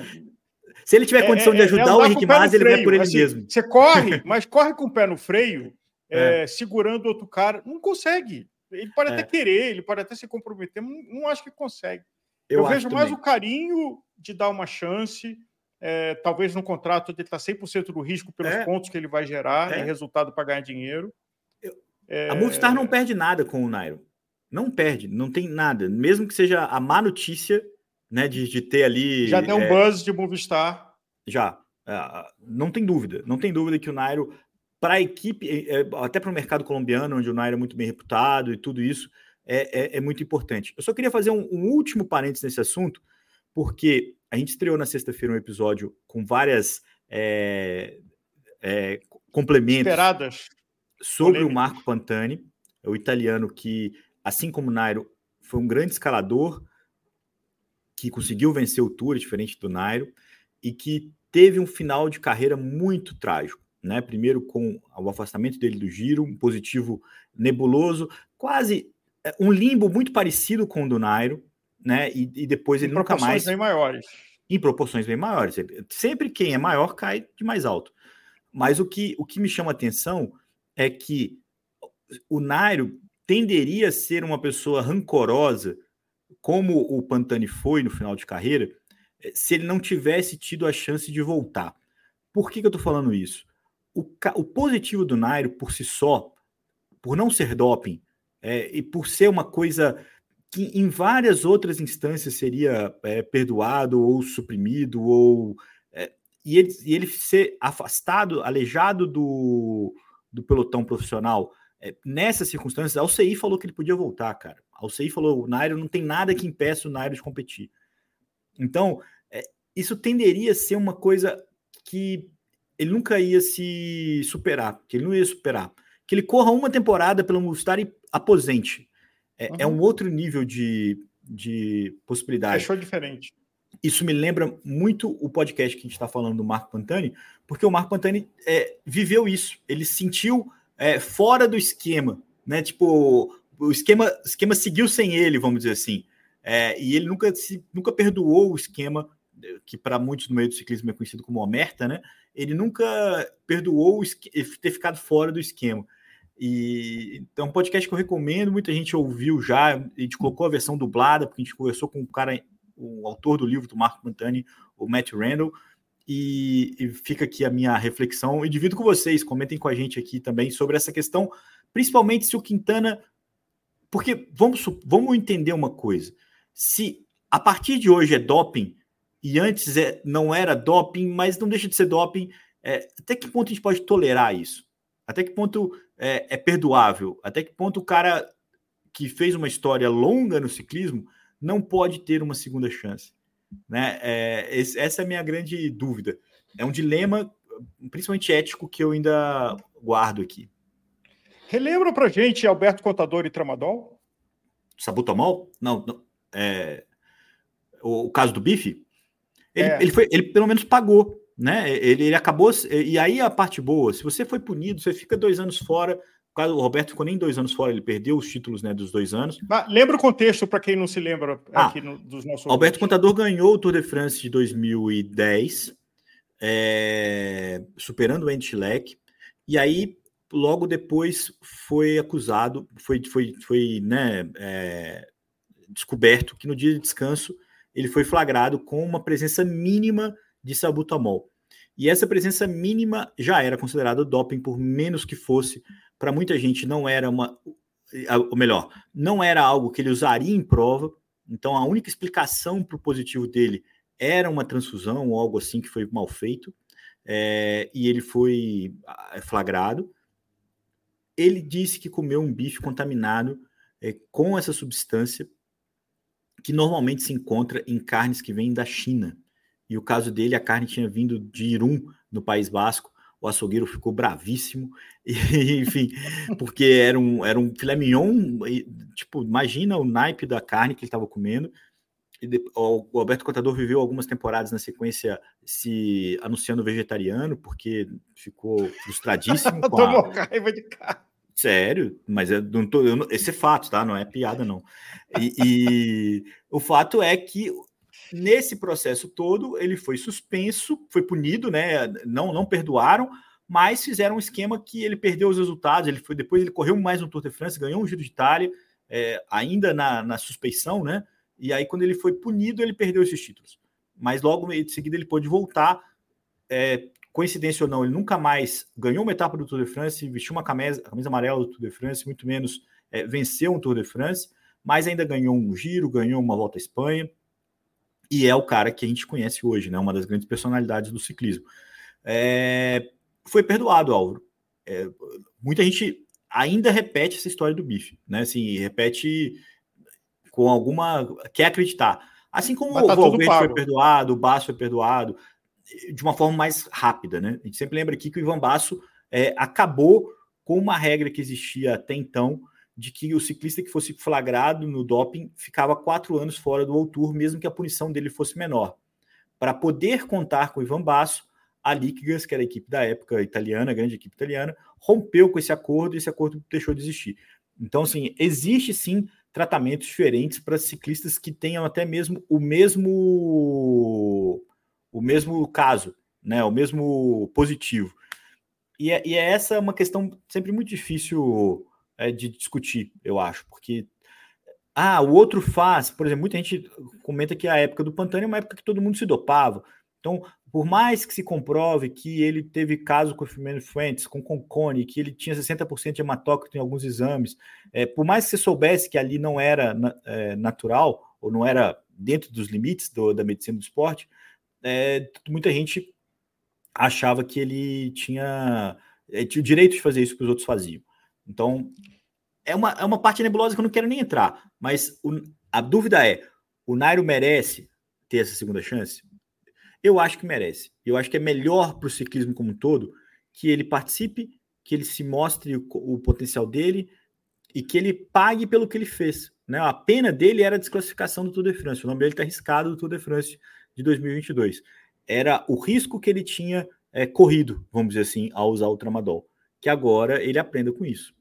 se ele tiver condição é, de ajudar é o Henrique Mas, ele vai por ele assim, mesmo. Você corre, mas corre com o pé no freio, é. É, segurando outro cara. Não consegue. Ele pode é. até querer, ele pode até se comprometer, mas não, não acho que consegue. Eu, Eu vejo mais também. o carinho de dar uma chance, é, talvez no contrato ele está cem por cento do risco pelos é. pontos que ele vai gerar e resultado para ganhar dinheiro. Eu... A Movistar não perde nada com o Nairo. Não perde, não tem nada. Mesmo que seja a má notícia... Né, de, de ter ali... Já deu um é, buzz de Movistar. Já. É, não tem dúvida. Não tem dúvida que o Nairo, para a equipe, é, até para o mercado colombiano, onde o Nairo é muito bem reputado e tudo isso, é, é, é muito importante. Eu só queria fazer um, um último parênteses nesse assunto, porque a gente estreou na sexta-feira um episódio com várias é, é, complementos esperadas sobre polêmicas. O Marco Pantani, o italiano que, assim como o Nairo, foi um grande escalador, que conseguiu vencer o Tour, diferente do Nairo, e que teve um final de carreira muito trágico, né? Primeiro com o afastamento dele do Giro, um positivo nebuloso, quase um limbo muito parecido com o do Nairo, né? E, e depois em ele nunca mais... Em proporções bem maiores. Em proporções bem maiores. Sempre quem é maior cai de mais alto. Mas o que, o que me chama a atenção é que o Nairo tenderia a ser uma pessoa rancorosa, como o Pantani foi no final de carreira, se ele não tivesse tido a chance de voltar. Por que, que eu estou falando isso? O, o positivo do Nairo, por si só, por não ser doping, é, e por ser uma coisa que em várias outras instâncias seria é, perdoado ou suprimido, ou, é, e, ele, e ele ser afastado, aleijado do, do pelotão profissional, é, nessas circunstâncias, a U C I falou que ele podia voltar, cara. A U C I falou, o Nairo não tem nada que impeça o Nairo de competir. Então, é, isso tenderia a ser uma coisa que ele nunca ia se superar, que ele não ia superar. Que ele corra uma temporada pelo Movistar e aposente. É, uhum. é um outro nível de, de possibilidade. Fechou diferente. Isso me lembra muito o podcast que a gente está falando do Marco Pantani, porque o Marco Pantani é, viveu isso. Ele se sentiu é, fora do esquema, né? Tipo, o esquema, o esquema seguiu sem ele, vamos dizer assim. É, e ele nunca, se, nunca perdoou o esquema, que para muitos no meio do ciclismo é conhecido como omerta, né? Ele nunca perdoou o ter ficado fora do esquema. E, então, é um podcast que eu recomendo, muita gente ouviu já, a gente colocou a versão dublada, porque a gente conversou com o cara, o autor do livro do Marco Pantani, o Matt Randall, e, e fica aqui a minha reflexão, e divido com vocês, comentem com a gente aqui também sobre essa questão, principalmente se o Quintana, porque vamos, vamos entender uma coisa, se a partir de hoje é doping, e antes é, não era doping, mas não deixa de ser doping, é, até que ponto a gente pode tolerar isso? Até que ponto é, é perdoável? Até que ponto o cara que fez uma história longa no ciclismo não pode ter uma segunda chance? Né? É, esse, essa é a minha grande dúvida. É um dilema, principalmente ético, que eu ainda guardo aqui. Relembra pra gente Alberto Contador e Tramadol? Sabutamol? Não, não é, o, o caso do Bife? Ele, é. ele, foi, ele pelo menos pagou. Né? Ele, ele acabou, e aí a parte boa, se você foi punido, você fica dois anos fora. O Roberto ficou nem dois anos fora, ele perdeu os títulos, né, dos dois anos. Mas lembra o contexto para quem não se lembra ah, aqui no, dos nossos Alberto ouvintes. Contador ganhou o Tour de France de dois mil e dez, é, superando o Andy Schleck, e aí logo depois foi acusado, foi, foi, foi né, é, descoberto que no dia de descanso ele foi flagrado com uma presença mínima de salbutamol. E essa presença mínima já era considerada doping, por menos que fosse. Para muita gente não era uma... Ou melhor, não era algo que ele usaria em prova. Então a única explicação para o positivo dele era uma transfusão ou algo assim que foi mal feito. É, e ele foi flagrado. Ele disse que comeu um bife contaminado é, com essa substância que normalmente se encontra em carnes que vêm da China. E o caso dele, a carne tinha vindo de Irum, no País Basco. O açougueiro ficou bravíssimo. E, enfim, porque era um, era um filé mignon. E, tipo, imagina o naipe da carne que ele estava comendo. E de, o, o Alberto Contador viveu algumas temporadas na sequência se anunciando vegetariano, porque ficou frustradíssimo. com Tomou a... raiva de carne. Sério, mas eu não tô, eu não, esse é fato, tá? Não é piada, não. E, e o fato é que nesse processo todo ele foi suspenso, foi punido, né? Não, não perdoaram, mas fizeram um esquema que ele perdeu os resultados. Ele foi depois ele correu mais um Tour de France, ganhou um Giro de Itália, é, ainda na, na suspeição, né? E aí quando ele foi punido ele perdeu esses títulos. Mas logo em seguida ele pôde voltar. É, coincidência ou não, ele nunca mais ganhou uma etapa do Tour de France, vestiu uma camisa, camisa amarela do Tour de France, muito menos é, venceu um Tour de France, mas ainda ganhou um Giro, ganhou uma Volta à Espanha, e é o cara que a gente conhece hoje, né, uma das grandes personalidades do ciclismo. É, foi perdoado, Álvaro. É, muita gente ainda repete essa história do bife, né, assim, repete com alguma... quer acreditar. Assim como tá o Valverde foi perdoado, o Basso foi perdoado, de uma forma mais rápida, né? A gente sempre lembra aqui que o Ivan Basso é, acabou com uma regra que existia até então, de que o ciclista que fosse flagrado no doping ficava quatro anos fora do World Tour, mesmo que a punição dele fosse menor. Para poder contar com o Ivan Basso, a Liquigas, que era a equipe da época italiana, a grande equipe italiana, rompeu com esse acordo e esse acordo deixou de existir. Então, assim, existe sim tratamentos diferentes para ciclistas que tenham até mesmo o mesmo... o mesmo caso, né, o mesmo positivo. E é, e é essa uma questão sempre muito difícil é, de discutir, eu acho, porque ah, o outro faz, por exemplo, muita gente comenta que a época do Pantani é uma época que todo mundo se dopava. Então, por mais que se comprove que ele teve caso com o Firmino Fuentes, com o Concone, que ele tinha sessenta por cento de hematócrito em alguns exames, é, por mais que você soubesse que ali não era é, natural, ou não era dentro dos limites do, da medicina do esporte, É, muita gente achava que ele tinha, é, tinha o direito de fazer isso que os outros faziam. Então, é uma, é uma parte nebulosa que eu não quero nem entrar, mas o, a dúvida é, o Nairo merece ter essa segunda chance? Eu acho que merece. Eu acho que é melhor para o ciclismo como um todo que ele participe, que ele se mostre o, o potencial dele e que ele pague pelo que ele fez. Né? A pena dele era a desclassificação do Tour de France. O nome dele está arriscado do Tour de France de dois mil e vinte e dois. Era o risco que ele tinha é, corrido, vamos dizer assim, ao usar o tramadol. Que agora ele aprenda com isso.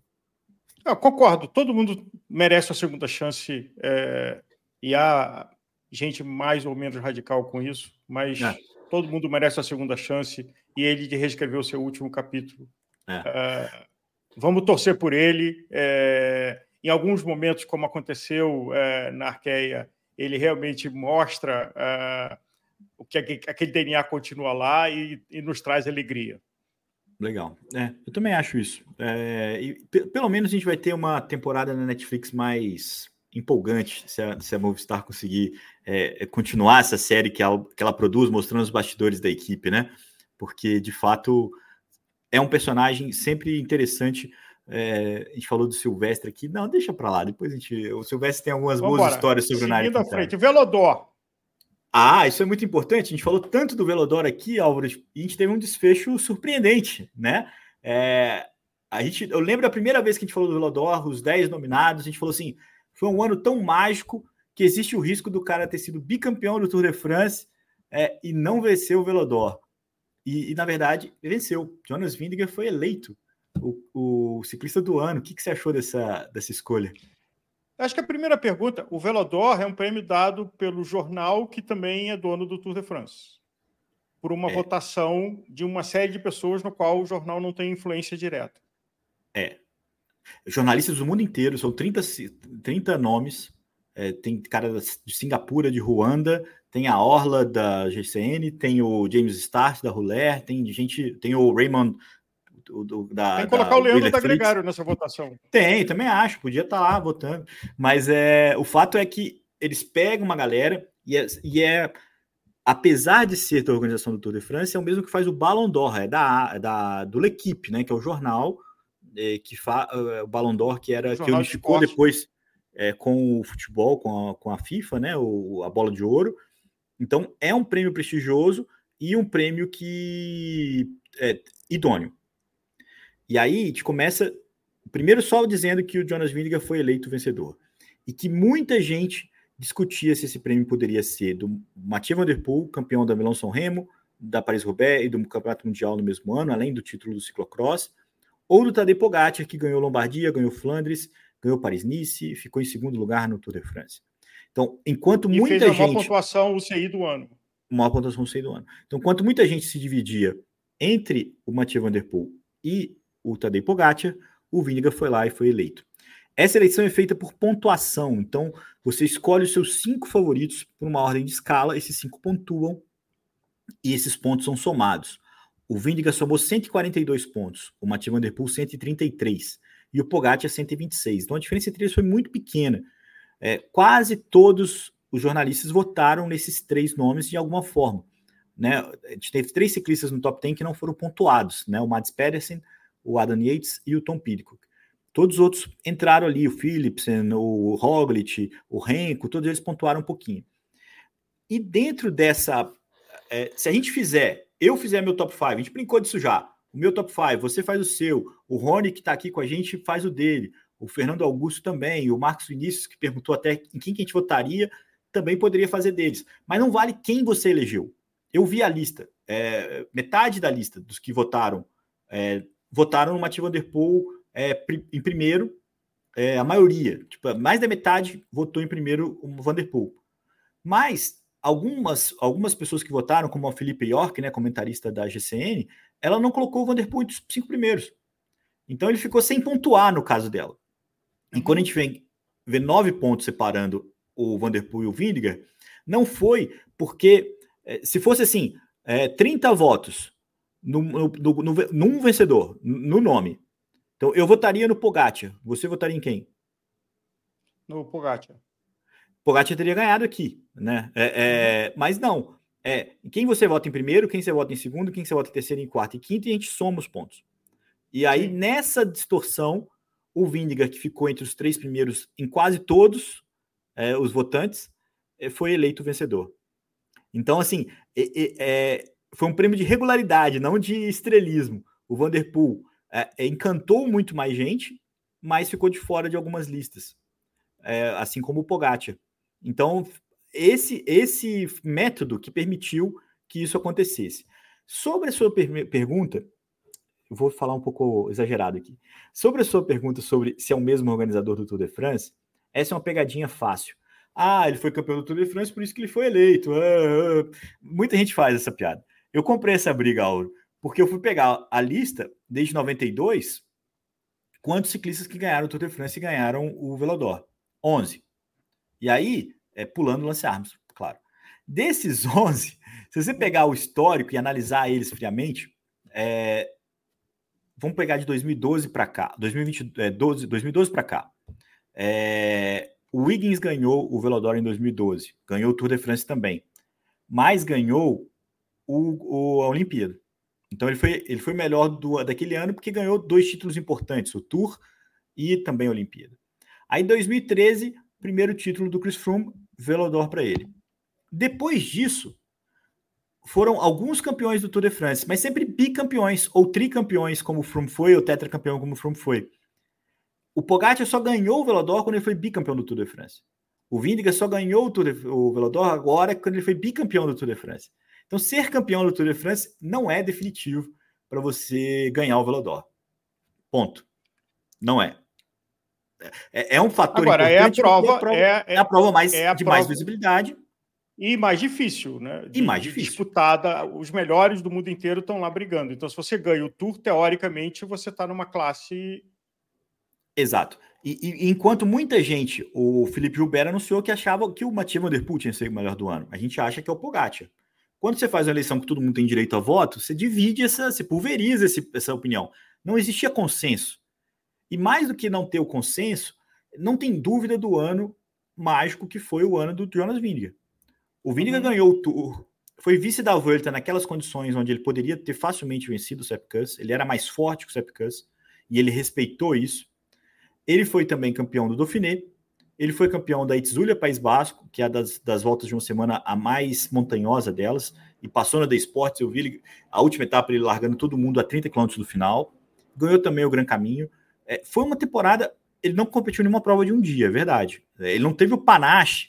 Eu concordo. Todo mundo merece a segunda chance é, e há gente mais ou menos radical com isso, mas é. todo mundo merece a segunda chance e ele de reescrever o seu último capítulo. É. É, vamos torcer por ele. É, em alguns momentos, como aconteceu é, na Arqueia, ele realmente mostra é, o que aquele D N A continua lá e, e nos traz alegria. Legal. É, eu também acho isso. É, e, pelo menos a gente vai ter uma temporada na Netflix mais empolgante se a, se a Movistar conseguir é, continuar essa série que ela, que ela produz, mostrando os bastidores da equipe, né? Porque, de fato, é um personagem sempre interessante. É, a gente falou do Silvestre aqui. Não, deixa para lá. Depois a gente... O Silvestre tem algumas Vambora. boas histórias sobre Seguindo o Nairo Quintana. Frente. Velodor. Ah, isso é muito importante. A gente falou tanto do Velodor aqui, Álvaro, e a gente teve um desfecho surpreendente, né? É, a gente, eu lembro da primeira vez que a gente falou do Velodor, os dez nominados, a gente falou assim, foi um ano tão mágico que existe o risco do cara ter sido bicampeão do Tour de France é, e não vencer o Velodor. E, e, na verdade, venceu. Jonas Vingegaard foi eleito o, o ciclista do ano. O que, que você achou dessa, dessa escolha? Acho que a primeira pergunta, o Velodor é um prêmio dado pelo jornal que também é dono do Tour de France, por uma é. votação de uma série de pessoas no qual o jornal não tem influência direta. É. Jornalistas do mundo inteiro, são trinta, trinta nomes, é, tem cara de Singapura, de Ruanda, tem a Orla da G C N, tem o James Stark da Ruler, tem gente, tem o Raymond Do, do, da, tem que colocar da o Leandro da Gregário nessa votação. Tem, também acho, podia estar lá votando. Mas é, o fato é que eles pegam uma galera e é, e é apesar de ser da organização do Tour de France, é o mesmo que faz o Ballon d'Or, é da, é da do L'Equipe, né, que é o jornal é, que faz o Ballon d'Or, que era que unificou de depois é, com o futebol, com a, com a FIFA, né, o, a bola de ouro. Então é um prêmio prestigioso e um prêmio que é idôneo. E aí a gente começa, primeiro só dizendo que o Jonas Vingegaard foi eleito vencedor. E que muita gente discutia se esse prêmio poderia ser do Mathieu Van Der Poel, campeão da Milão-São Remo, da Paris-Roubaix e do Campeonato Mundial no mesmo ano, além do título do ciclocross, ou do Tadej Pogacar, que ganhou Lombardia, ganhou Flandres, ganhou Paris-Nice e ficou em segundo lugar no Tour de France. Então, enquanto e muita fez a gente... maior pontuação U C I do ano. Maior pontuação U C I do ano. Então, enquanto muita gente se dividia entre o Mathieu Van Der Poel e o Tadej Pogacar, o Vingegaard foi lá e foi eleito. Essa eleição é feita por pontuação, então você escolhe os seus cinco favoritos por uma ordem de escala, esses cinco pontuam e esses pontos são somados. O Vingegaard somou cento e quarenta e dois pontos, o Mathieu Van Der Poel cento e trinta e três e o Pogacar cento e vinte e seis. Então a diferença entre eles foi muito pequena. É, quase todos os jornalistas votaram nesses três nomes de alguma forma. Né? A gente teve três ciclistas no top dez que não foram pontuados, né? O Mads Pedersen, o Adam Yates e o Tom Pidcock. Todos os outros entraram ali, o Philipsen, o Roglic, o Renko, todos eles pontuaram um pouquinho. E dentro dessa... É, se a gente fizer, eu fizer meu top cinco, a gente brincou disso já, o meu top cinco, você faz o seu, o Rony que está aqui com a gente faz o dele, o Fernando Augusto também, o Marcos Vinícius que perguntou até em quem que a gente votaria, também poderia fazer deles. Mas não vale quem você elegeu. Eu vi a lista, é, metade da lista dos que votaram, é, votaram no Mathieu Van Der Poel é, em primeiro, é, a maioria, tipo, mais da metade votou em primeiro o Van Der Poel. Mas algumas, algumas pessoas que votaram, como a Felipe York, né, comentarista da G C N, ela não colocou o Van Der Poel entre os cinco primeiros. Então ele ficou sem pontuar no caso dela. E quando a gente vem ver nove pontos separando o Van Der Poel e o Vingegaard, não foi porque, se fosse assim, é, trinta votos no, no, no, no, num vencedor, no nome, então eu votaria no Pogacar. Você votaria em quem? No Pogacar. Pogacar teria ganhado aqui, né? É, é, mas não. É, quem você vota em primeiro, quem você vota em segundo, quem você vota em terceiro, em quarto e quinto, e a gente soma os pontos. E aí, Sim. nessa distorção, o Vingegaard, que ficou entre os três primeiros em quase todos é, os votantes, é, foi eleito vencedor. Então, assim, é, é, foi um prêmio de regularidade, não de estrelismo. O Van Der Poel é, é, encantou muito mais gente, mas ficou de fora de algumas listas, é, assim como o Pogacar. Então, esse, esse método que permitiu que isso acontecesse. Sobre a sua per- pergunta, eu vou falar um pouco exagerado aqui. Sobre a sua pergunta sobre se é o mesmo organizador do Tour de France, essa é uma pegadinha fácil. Ah, ele foi campeão do Tour de France, por isso que ele foi eleito. Ah, ah. Muita gente faz essa piada. Eu comprei essa briga, Auro, porque eu fui pegar a lista desde noventa e dois, quantos ciclistas que ganharam o Tour de France e ganharam o Velodor? onze. E aí, é, pulando o Lance Armstrong, claro. Desses onze, se você pegar o histórico e analisar eles friamente, é, vamos pegar de dois mil e doze para cá, dois mil e vinte, é, doze, dois mil e doze para cá. É, o Wiggins ganhou o Velodoro em dois mil e doze, ganhou o Tour de France também, mas ganhou o, o, a Olimpíada. Então ele foi, ele foi melhor do, daquele ano porque ganhou dois títulos importantes, o Tour e também a Olimpíada. Aí em dois mil e treze, primeiro título do Chris Froome, Velodoro para ele. Depois disso, foram alguns campeões do Tour de France, mas sempre bicampeões ou tricampeões, como o Froome foi, ou tetracampeão, como o Froome foi. O Pogacar só ganhou o Velodoro quando ele foi bicampeão do Tour de France. O Vingegaard só ganhou o, Tour de, o Velodoro agora quando ele foi bicampeão do Tour de France. Então, ser campeão do Tour de France não é definitivo para você ganhar o Velodoro. Ponto. Não é. É, é um fator agora, importante. É a prova, é a prova, é, é a prova mais, é a de prova... mais visibilidade. E mais difícil, né? De, e mais de difícil. disputada. Os melhores do mundo inteiro estão lá brigando. Então, se você ganha o Tour, teoricamente, você está numa classe... Exato. E, e enquanto muita gente, o Felipe Gilbert anunciou que achava que o Mathieu Van Der Poel tinha sido o melhor do ano. A gente acha que é o Pogacar. Quando você faz uma eleição que todo mundo tem direito a voto, você divide essa, você pulveriza esse, essa opinião. Não existia consenso. E mais do que não ter o consenso, não tem dúvida do ano mágico que foi o ano do Jonas Vingegaard. O Vingegaard uhum. ganhou o Tour, foi vice da Volta naquelas condições onde ele poderia ter facilmente vencido o Sepp Kuss, ele era mais forte que o Sepp Kuss, e ele respeitou isso. Ele foi também campeão do Dauphiné, ele foi campeão da Itzulia País Basco, que é das, das voltas de uma semana a mais montanhosa delas, e passou na The Sports, eu vi ele, a última etapa ele largando todo mundo a trinta quilômetros do final, ganhou também o Gran Caminho. É, foi uma temporada, ele não competiu em nenhuma prova de um dia, é verdade. Ele não teve o panache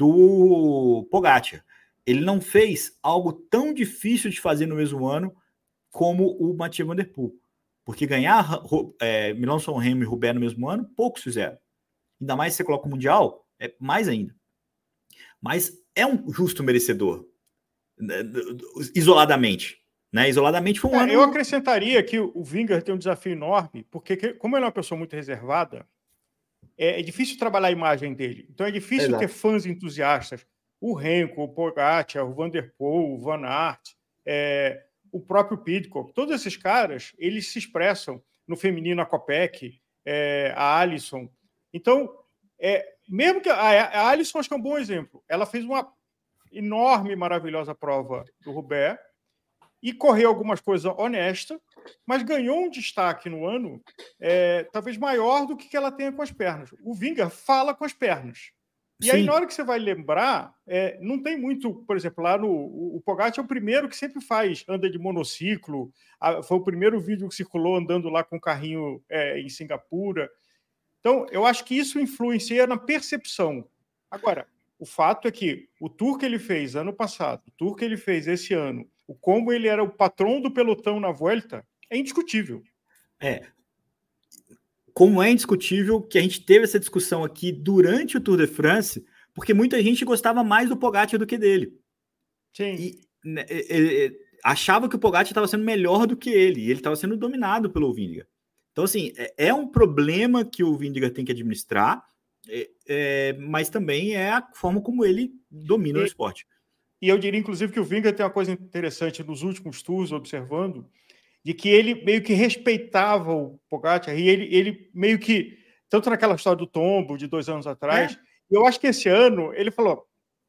do Pogacar. Ele não fez algo tão difícil de fazer no mesmo ano como o Mathieu Van Der Poel. Porque ganhar é, Milão-San Remo e Roubaix no mesmo ano, poucos fizeram. Ainda mais se você coloca o Mundial, é mais ainda. Mas é um justo merecedor, isoladamente. Né? Isoladamente foi um é, ano... Eu acrescentaria que o Vingegaard tem um desafio enorme, porque como ele é uma pessoa muito reservada, é, é difícil trabalhar a imagem dele. Então é difícil Exato. ter fãs entusiastas. O Renko, o Pogacar, o Van Der Poel, o Van Aert, é, o próprio Pidcock, todos esses caras, eles se expressam no feminino, a Kopeck, é, a Alisson. Então, é, mesmo que a, a Alisson, acho que é um bom exemplo. Ela fez uma enorme, maravilhosa prova do Roubaix e correu algumas coisas honestas, mas ganhou um destaque no ano é, talvez maior do que ela tenha com as pernas. O Vingegaard fala com as pernas. E Sim. aí, na hora que você vai lembrar, é, não tem muito, por exemplo, lá no... O Pogacar é o primeiro que sempre faz, anda de monociclo, a, foi o primeiro vídeo que circulou andando lá com o carrinho é, em Singapura. Então, eu acho que isso influencia na percepção. Agora, o fato é que o tour que ele fez ano passado, o tour que ele fez esse ano, o como ele era o patrão do pelotão na Vuelta, é indiscutível. É. Como é indiscutível que a gente teve essa discussão aqui durante o Tour de France, porque muita gente gostava mais do Pogacar do que dele. Sim. E né, é, é, achava que o Pogacar estava sendo melhor do que ele, e ele estava sendo dominado pelo Vingegaard. Então, assim, é, é um problema que o Vingegaard tem que administrar, é, é, mas também é a forma como ele domina e, o esporte. E eu diria, inclusive, que o Vingegaard tem uma coisa interessante nos últimos tours, observando, de que ele meio que respeitava o Pogacar, e ele, ele meio que, tanto naquela história do tombo de dois anos atrás, é. eu acho que esse ano ele falou,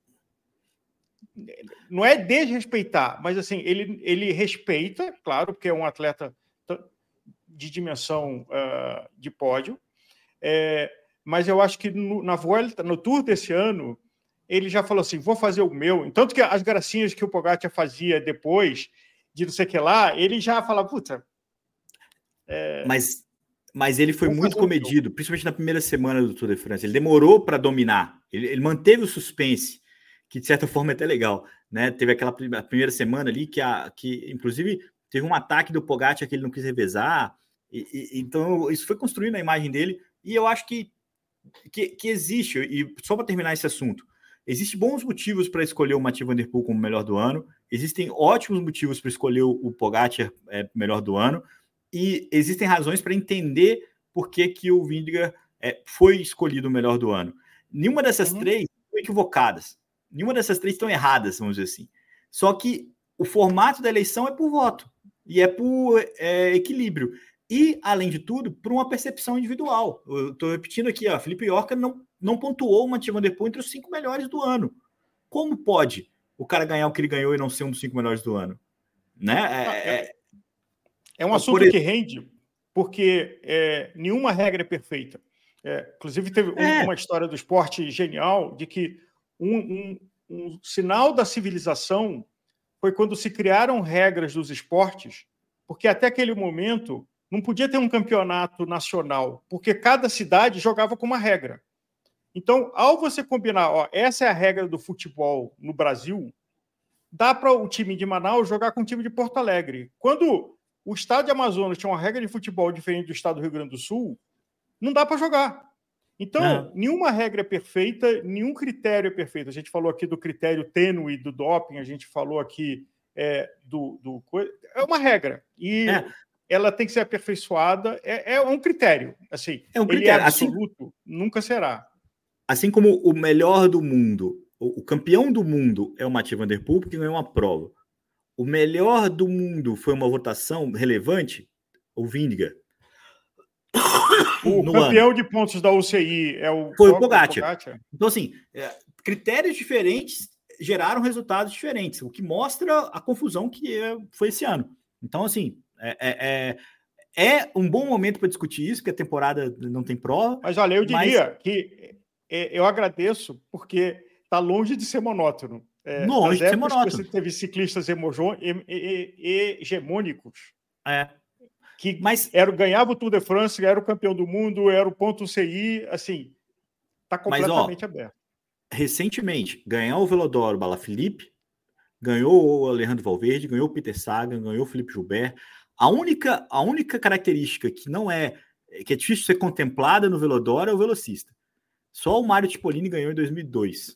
não é desrespeitar, mas assim, ele, ele respeita, claro, porque é um atleta de dimensão uh, de pódio, é, mas eu acho que no, na Vuelta, no Tour desse ano, ele já falou assim, vou fazer o meu. Tanto que as gracinhas que o Pogacar fazia depois, de não sei o que lá, ele já falava, puta... É... Mas, mas ele foi muito comedido, principalmente na primeira semana do Tour de France. Ele demorou para dominar, ele, ele manteve o suspense, que de certa forma é até legal, né? Teve aquela primeira semana ali que, a, que inclusive, teve um ataque do Pogacar que ele não quis revezar, e, e, então isso foi construindo a imagem dele, e eu acho que, que, que existe, e só para terminar esse assunto, existem bons motivos para escolher o Mathieu Van Der Poel como melhor do ano, existem ótimos motivos para escolher o Pogacar é, melhor do ano, e existem razões para entender por que, que o Vingegaard é, foi escolhido o melhor do ano. Nenhuma dessas uhum. três estão equivocadas, nenhuma dessas três estão erradas, vamos dizer assim. Só que o formato da eleição é por voto, e é por é, equilíbrio. E, além de tudo, por uma percepção individual. Eu estou repetindo aqui, ó, Felipe Yorca não, não pontuou o Mathieu Van Der Poel entre os cinco melhores do ano. Como pode o cara ganhar o que ele ganhou e não ser um dos cinco melhores do ano? Né? É, é, é um assunto por... que rende, porque é, nenhuma regra é perfeita. É, inclusive, teve um, é. uma história do esporte genial de que um, um, um sinal da civilização foi quando se criaram regras dos esportes, porque até aquele momento não podia ter um campeonato nacional, porque cada cidade jogava com uma regra. Então, ao você combinar, ó, essa é a regra do futebol no Brasil, dá para o time de Manaus jogar com o time de Porto Alegre. Quando o estado de Amazonas tinha uma regra de futebol diferente do estado do Rio Grande do Sul, não dá para jogar. Então, é. nenhuma regra é perfeita, nenhum critério é perfeito. A gente falou aqui do critério tênue do doping, a gente falou aqui é, do, do... É uma regra. E... É. ela tem que ser aperfeiçoada, é, é um critério. Assim, é um critério. Ele é absoluto, assim, nunca será. Assim como o melhor do mundo, o, o campeão do mundo é o Mathieu Van Der Poel, porque ganhou uma prova. O melhor do mundo foi uma votação relevante, o Vingegaard. O campeão ano. de pontos da U C I é o... Foi o Pogacar. o Pogacar. Então, assim, é, critérios diferentes geraram resultados diferentes, o que mostra a confusão que é, foi esse ano. Então, assim... É, é, é um bom momento para discutir isso, porque a temporada não tem prova. Mas olha, eu diria mas... que é, eu agradeço, porque está longe de ser monótono. É, longe de ser monótono. Você teve ciclistas hemojo... hegemônicos é. que mas... era, ganhava o Tour de France, era o campeão do mundo, era o ponto C I, assim, está completamente mas, ó, aberto. Recentemente, ganhar o Velodoro, o Balaphilippe, ganhou o Alejandro Valverde, ganhou o Peter Sagan, ganhou o Felipe Gilbert. A única, a única característica que não é, que é difícil de ser contemplada no Velodoro é o velocista. Só o Mário Cipollini ganhou em dois mil e dois.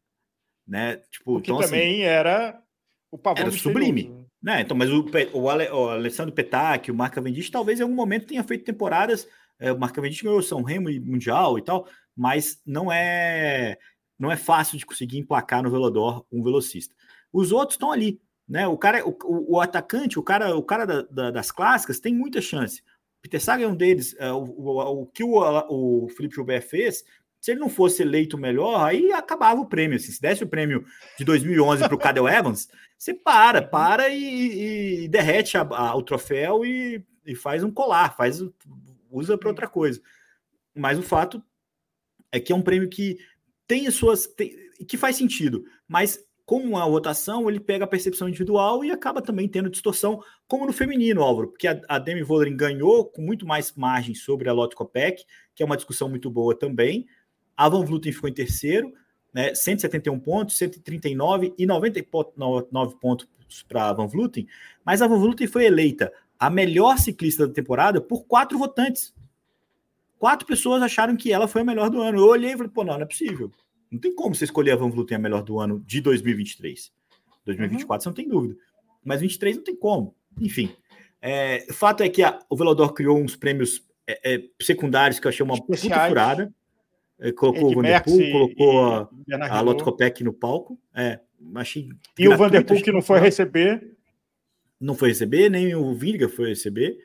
Né? Tipo, que então, também assim, era o pavor era sublime. Né? Então, mas o, o, Ale, o Alessandro Petacchi, o Marc Cavendish, talvez em algum momento tenha feito temporadas. É, o Marc Cavendish ganhou o São Remo e Mundial e tal, mas não é, não é fácil de conseguir emplacar no Velodoro um velocista. Os outros estão ali. Né? O cara, o, o atacante, o cara, o cara da, da, das clássicas tem muita chance. Peter Sagan é um deles. É, o, o, o que o, o Felipe Gilbert fez, se ele não fosse eleito o melhor, aí acabava o prêmio. Assim, se desse o prêmio de dois mil e onze para o Cadel Evans, você para, para e, e derrete a, a, o troféu e, e faz um colar, faz, usa para outra coisa. Mas o fato é que é um prêmio que tem as suas, tem, que faz sentido, mas como a votação, ele pega a percepção individual e acaba também tendo distorção, como no feminino, Álvaro, porque a, a Demi Vollering ganhou com muito mais margem sobre a Lotte Kopeck, que é uma discussão muito boa também. A Van Vleuten ficou em terceiro, né, cento e setenta e um pontos, cento e trinta e nove e noventa e nove pontos para a Van Vleuten, mas a Van Vleuten foi eleita a melhor ciclista da temporada por quatro votantes. Quatro pessoas acharam que ela foi a melhor do ano. Eu olhei e falei, pô, não, não é possível. Não tem como você escolher a Van Vleuten a melhor do ano de dois mil e vinte e três. dois mil e vinte e quatro uhum. Você não tem dúvida. Mas vinte e três não tem como. Enfim. É, o fato é que a, o Velodoro criou uns prêmios é, é, secundários que eu achei uma puta furada. É, colocou Ed o Van Der Poel, colocou a, a Lotte Kopeck no palco. É, achei e o Van Der Poel que não foi receber. Não foi receber, nem o Vingegaard foi receber.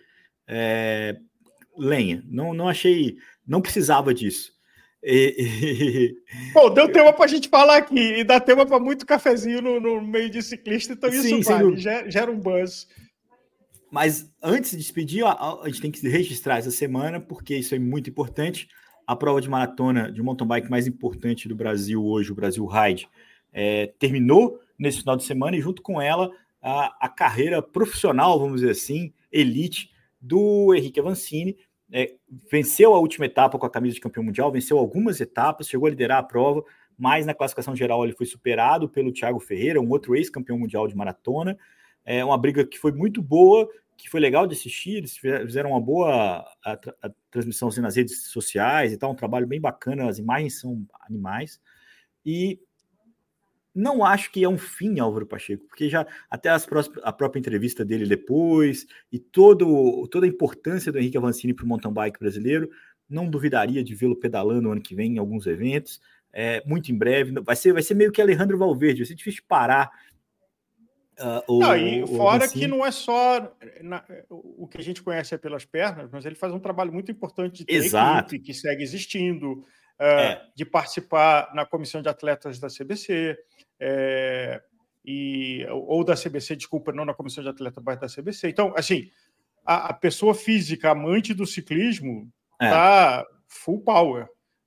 É, lenha. Não, não achei... Não precisava disso. E, e... Bom, deu tema para a gente falar aqui e dá tema para muito cafezinho no, no meio de ciclista, então isso Sim, vale, gera, gera um buzz. Mas antes de despedir, ó, a gente tem que registrar essa semana, porque isso é muito importante. a prova de maratona de mountain bike mais importante do Brasil hoje, o Brasil Ride, é, terminou nesse final de semana e junto com ela a, a carreira profissional, vamos dizer assim, elite do Henrique Avancini. É, venceu a última etapa com a camisa de campeão mundial, venceu algumas etapas, chegou a liderar a prova, mas na classificação geral ele foi superado pelo Thiago Ferreira, um outro ex-campeão mundial de maratona. É uma briga que foi muito boa, que foi legal de assistir, eles fizeram uma boa a, a, a transmissão assim, nas redes sociais e tal, um trabalho bem bacana, as imagens são animais, e não acho que é um fim, Álvaro Pacheco, porque já até as próximas, a própria entrevista dele depois, e todo, toda a importância do Henrique Avancini para o mountain bike brasileiro, não duvidaria de vê-lo pedalando no ano que vem em alguns eventos, é, muito em breve, vai ser, vai ser meio que Alejandro Valverde, vai ser difícil parar. Uh, o, não, e fora que não é só na, o que a gente conhece é pelas pernas, mas ele faz um trabalho muito importante de ter Exato. equipe que segue existindo, uh, é. de participar na comissão de atletas da C B C, é, e, ou da C B C, desculpa, não na comissão de atletas, mas da C B C. Então, assim, a, a pessoa física, amante do ciclismo, está é. full power.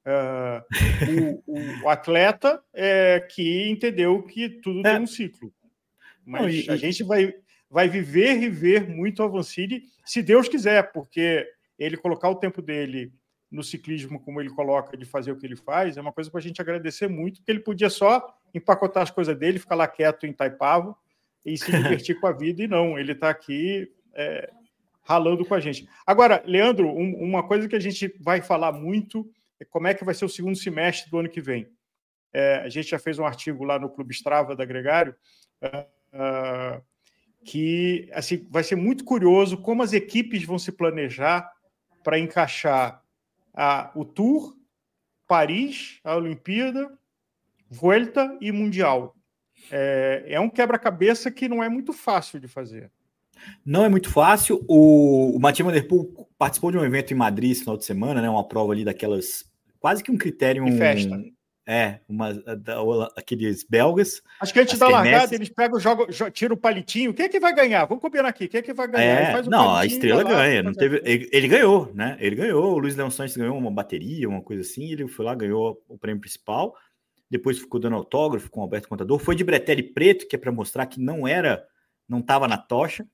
Uh, o, o atleta é que entendeu que tudo é. tem um ciclo. Mas não, e, a gente vai, vai viver e ver muito o Avancini, se Deus quiser, porque ele colocar o tempo dele no ciclismo, como ele coloca, de fazer o que ele faz, é uma coisa para a gente agradecer muito, porque ele podia só empacotar as coisas dele, ficar lá quieto em Itaipava e se divertir com a vida, e não, ele está aqui é, ralando com a gente. Agora, Leandro, um, uma coisa que a gente vai falar muito é como é que vai ser o segundo semestre do ano que vem. É, a gente já fez um artigo lá no Clube Strava da Gregário, é, Uh, que assim, vai ser muito curioso como as equipes vão se planejar para encaixar a, o Tour, Paris, a Olimpíada, Vuelta e Mundial. É, é um quebra-cabeça que não é muito fácil de fazer. Não é muito fácil. O, o Mathieu Van Der Poel participou de um evento em Madrid esse final de semana, né, uma prova ali daquelas, quase que um critério... De festa. Um, É, uma, da, aqueles belgas. Acho que antes da largada, eles pegam, jogam, tiram o palitinho. Quem é que vai ganhar? Vamos combinar aqui. Quem é que vai ganhar? É, faz não, a estrela ganha. Não teve, ele, ele ganhou, né? Ele ganhou. O Luiz Leão Sanches ganhou uma bateria, uma coisa assim. Ele foi lá, ganhou o prêmio principal. Depois ficou dando autógrafo com o Alberto Contador. Foi de bretelle preto, que é para mostrar que não era, não estava na tocha.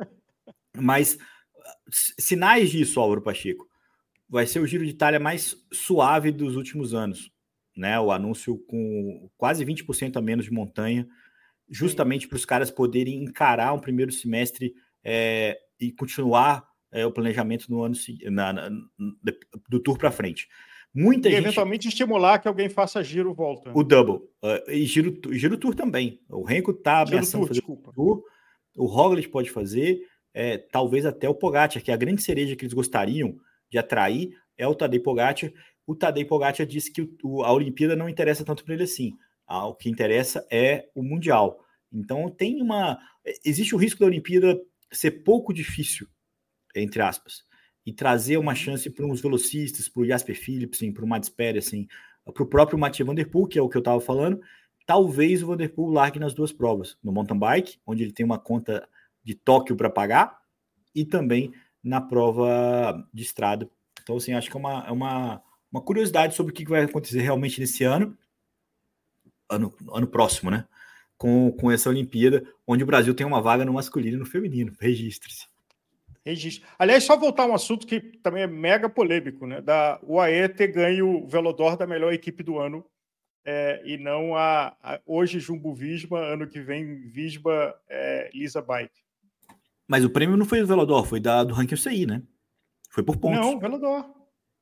Mas sinais disso, Álvaro Pacheco. Vai ser o Giro de Itália mais suave dos últimos anos. Né, o anúncio com quase vinte por cento a menos de montanha, justamente para os caras poderem encarar um primeiro semestre é, e continuar é, o planejamento no ano na, na, do Tour para frente. Muita e gente, eventualmente estimular que alguém faça giro volta. O double. Uh, e giro, giro Tour também. O Renko está ameaçando fazer o Tour. O Roglic pode fazer. É, talvez até o Pogacar, que é a grande cereja que eles gostariam de atrair, é o Tadej Pogacar. O Tadej Pogacar disse que o, a Olimpíada não interessa tanto para ele assim. Ah, o que interessa é o Mundial. Então tem uma... Existe o risco da Olimpíada ser pouco difícil, entre aspas, e trazer uma chance para uns velocistas, para o Jasper Philipsen, para o Mads Pedersen, para o próprio Mathieu Van Der Poel, que é o que eu estava falando. Talvez o Van Der Poel largue nas duas provas, no mountain bike, onde ele tem uma conta de Tóquio para pagar, e também na prova de estrada. Então, assim, acho que é uma... É uma Uma curiosidade sobre o que vai acontecer realmente nesse ano, ano, ano próximo, né? Com, com essa Olimpíada, onde o Brasil tem uma vaga no masculino e no feminino. Registre-se. Registre. Aliás, só voltar a um assunto que também é mega polêmico, né? Da U A E ter ganho o Velodor da melhor equipe do ano, é, e não a, a hoje Jumbo Visma, ano que vem Visma é, Lisa Bike. Mas o prêmio não foi do Velodor, foi da, do ranking U C I, né? Foi por pontos. Não, Velodor.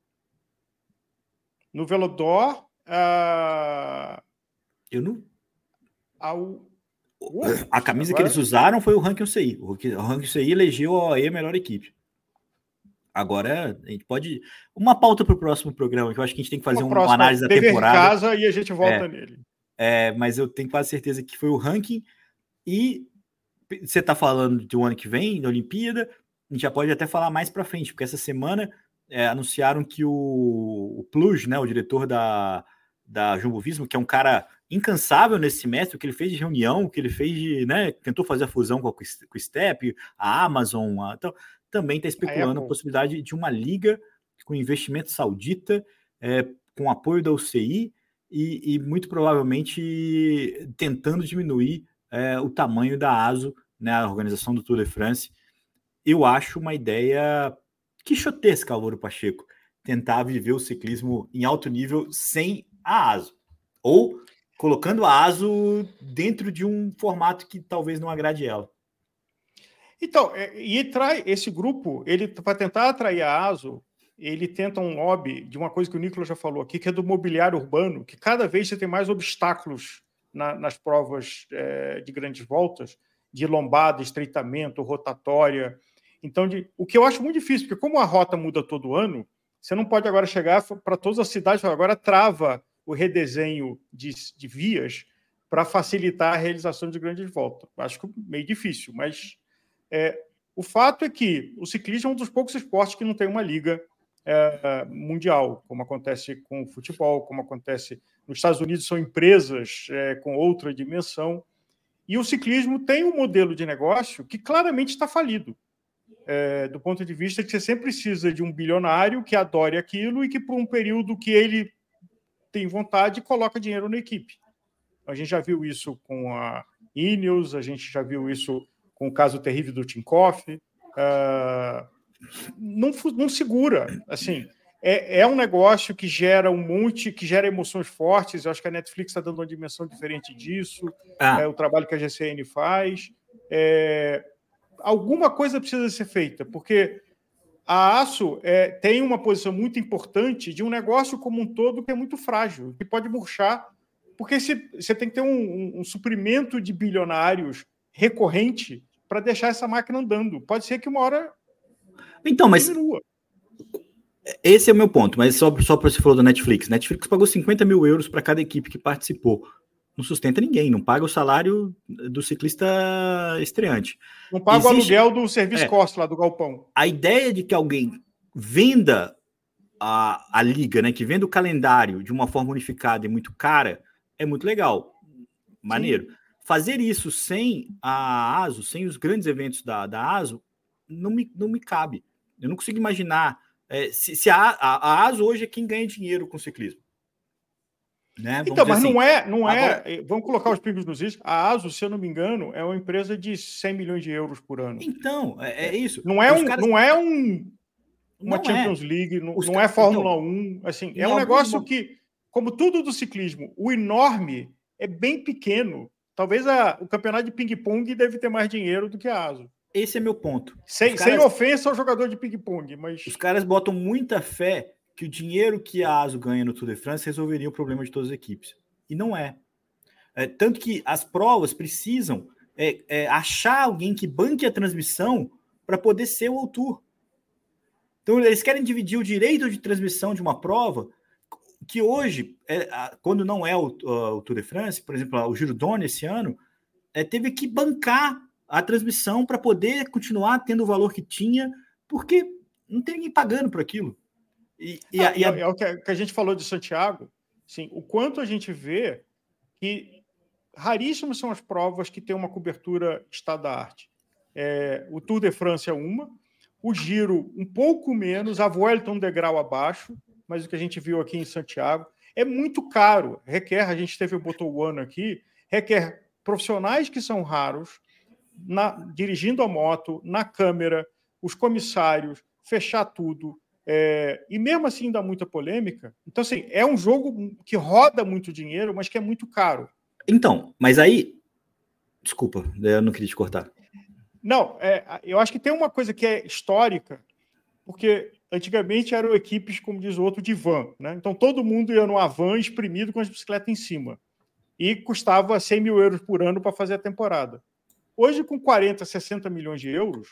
No Velodor, uh... eu não. Ao... A camisa Agora... que eles usaram foi o ranking U C I. O ranking U C I elegeu a O A E a melhor equipe. Agora, a gente pode. Uma pauta para o próximo programa, que eu acho que a gente tem que fazer uma, uma análise da temporada. Casa e a gente volta é, nele. É, mas eu tenho quase certeza que foi o ranking. E você está falando do ano que vem, da Olimpíada, a gente já pode até falar mais para frente, porque essa semana. É, anunciaram que o, o Pluj, né, o diretor da, da Jumbo Visma, que é um cara incansável nesse semestre, o que ele fez de reunião, o que ele fez de, né, tentou fazer a fusão com, a, com o Step, a Amazon, a, então, também está especulando a, a possibilidade de uma liga com investimento saudita é, com apoio da U C I e, e muito provavelmente tentando diminuir é, o tamanho da ASO, né, a organização do Tour de France. Eu acho uma ideia quixotesca, Álvaro Pacheco, tentar viver o ciclismo em alto nível sem a ASO, ou colocando a ASO dentro de um formato que talvez não agrade ela. Então, e trai esse grupo, ele para tentar atrair a ASO, ele tenta um lobby de uma coisa que o Nicolas já falou aqui, que é do mobiliário urbano, que cada vez você tem mais obstáculos na, nas provas é, de grandes voltas, de lombada, estreitamento, rotatória. Então, de, o que eu acho muito difícil, porque como a rota muda todo ano, você não pode agora chegar para todas as cidades, agora trava o redesenho de, de vias para facilitar a realização de grandes voltas. Acho que meio difícil, mas é, o fato é que o ciclismo é um dos poucos esportes que não tem uma liga é, mundial, como acontece com o futebol, como acontece nos Estados Unidos, são empresas é, com outra dimensão. E o ciclismo tem um modelo de negócio que claramente está falido. É, do ponto de vista que você sempre precisa de um bilionário que adore aquilo e que, por um período que ele tem vontade, coloca dinheiro na equipe. A gente já viu isso com a Ineos, a gente já viu isso com o caso terrível do Tinkoff. Uh, não, não segura. Assim, é, é um negócio que gera um monte, que gera emoções fortes. Eu acho que a Netflix está dando uma dimensão diferente disso. Ah. É o trabalho que a G C N faz. É, alguma coisa precisa ser feita, porque a ASO é, tem uma posição muito importante de um negócio como um todo que é muito frágil, que pode murchar, porque se, você tem que ter um, um, um suprimento de bilionários recorrente para deixar essa máquina andando. Pode ser que uma hora então, mas diminua. Esse é o meu ponto, mas só, só para você falou da Netflix. Netflix pagou cinquenta mil euros para cada equipe que participou. Não sustenta ninguém, não paga o salário do ciclista estreante. Não paga Existe, o aluguel do serviço é, costa lá do galpão. A ideia de que alguém venda a, a liga, né, que venda o calendário de uma forma unificada e muito cara, é muito legal. Maneiro. Sim. Fazer isso sem a ASO, sem os grandes eventos da, da ASO, não me, não me cabe. Eu não consigo imaginar é, se, se a, a, a ASO hoje é quem ganha dinheiro com o ciclismo. Né? Então, mas assim, não é, não agora, é. Vamos colocar os pingos nos is. A ASO, se eu não me engano, é uma empresa de cem milhões de euros por ano. Então, é, é isso. Não é, um, caras... não é um, uma não Champions é. League, não, não é Fórmula então, um. Assim, é um negócio algum... que, como tudo do ciclismo, o enorme é bem pequeno. Talvez a, o campeonato de ping-pong deve ter mais dinheiro do que a ASO. Esse é meu ponto. Sem, caras... sem ofensa ao jogador de ping-pong, mas... Os caras botam muita fé que o dinheiro que a ASO ganha no Tour de France resolveria o problema de todas as equipes. E não é. é tanto que as provas precisam é, é, achar alguém que banque a transmissão para poder ser o Tour. Então, eles querem dividir o direito de transmissão de uma prova que hoje, é, quando não é o, o Tour de France, por exemplo, o Giro Donne esse ano, é, teve que bancar a transmissão para poder continuar tendo o valor que tinha, porque não tem ninguém pagando por aquilo. E, e, ah, e a... É o que a gente falou de Santiago, sim, o quanto a gente vê que raríssimas são as provas que têm uma cobertura estado da arte. É, o Tour de France é uma, o Giro um pouco menos, a Vuelta um degrau abaixo, mas o que a gente viu aqui em Santiago é muito caro, requer, a gente teve o Botou One aqui, requer profissionais que são raros, na, dirigindo a moto, na câmera, os comissários, fechar tudo, É, e mesmo assim dá muita polêmica. Então, assim, é um jogo que roda muito dinheiro, mas que é muito caro. Então, mas aí... Desculpa, eu não queria te cortar. Não, é, eu acho que tem uma coisa que é histórica, porque antigamente eram equipes, como diz o outro, de van. Né? Então, todo mundo ia numa van espremido com as bicicletas em cima. E custava cem mil euros por ano para fazer a temporada. Hoje, com quarenta, sessenta milhões de euros,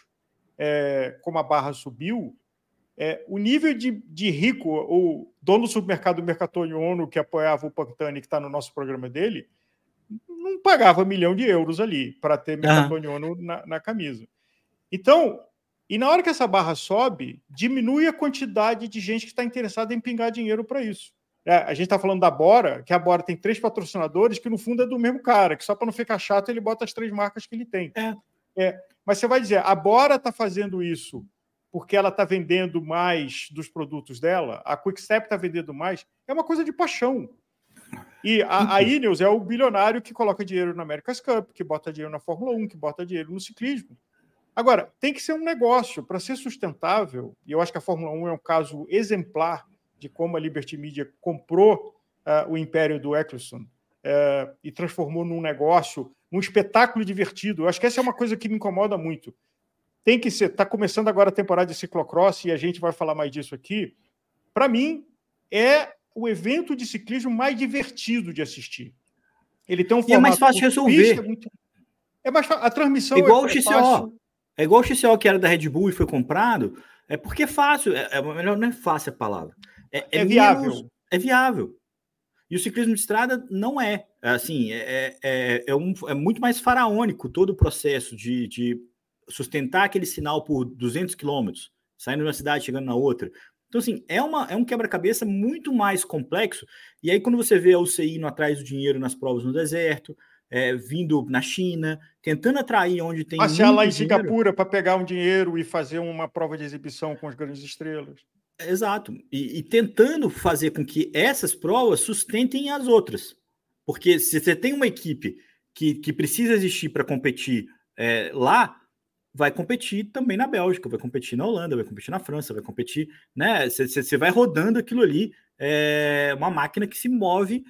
é, como a barra subiu, É, o nível de, de rico, o dono do supermercado Mercatone Ono, que apoiava o Pantani, que está no nosso programa dele, não pagava um milhão de euros ali para ter Mercatone Ono ah. na, na camisa. Então, e na hora que essa barra sobe, diminui a quantidade de gente que está interessada em pingar dinheiro para isso. É, a gente está falando da Bora, que a Bora tem três patrocinadores, que no fundo é do mesmo cara, que só para não ficar chato ele bota as três marcas que ele tem. É. É, mas você vai dizer, a Bora está fazendo isso porque ela está vendendo mais dos produtos dela, a Quick-Step está vendendo mais, é uma coisa de paixão. E a, a Ineos é o bilionário que coloca dinheiro na America's Cup, que bota dinheiro na Fórmula um, que bota dinheiro no ciclismo. Agora, tem que ser um negócio para ser sustentável, e eu acho que a Fórmula um é um caso exemplar de como a Liberty Media comprou uh, o império do Eccleston uh, e transformou num negócio, num espetáculo divertido. Eu acho que essa é uma coisa que me incomoda muito. Tem que ser, está começando agora a temporada de ciclocross e a gente vai falar mais disso aqui. Para mim, é o evento de ciclismo mais divertido de assistir. Ele tem um formato... E é mais fácil de resolver. É, muito... é mais fa... A transmissão é igual é, o X C O. É, fácil. É igual o X C O que era da Red Bull e foi comprado. É porque é fácil. É, é melhor, não é fácil a palavra. É, é, é viável. Menos, é viável. E o ciclismo de estrada não é. Assim, é, é, é, um, é muito mais faraônico todo o processo de... de sustentar aquele sinal por duzentos quilômetros, saindo de uma cidade, chegando na outra. Então, assim, é, uma, é um quebra-cabeça muito mais complexo. E aí, quando você vê a U C I indo atrás do dinheiro nas provas no deserto, é, vindo na China, tentando atrair onde tem passear lá em dinheiro. Singapura para pegar um dinheiro e fazer uma prova de exibição com as grandes estrelas. Exato. E, e tentando fazer com que essas provas sustentem as outras. Porque se você tem uma equipe que, que precisa existir para competir é, lá, vai competir também na Bélgica, vai competir na Holanda, vai competir na França, vai competir, né? Você vai rodando aquilo ali, é uma máquina que se move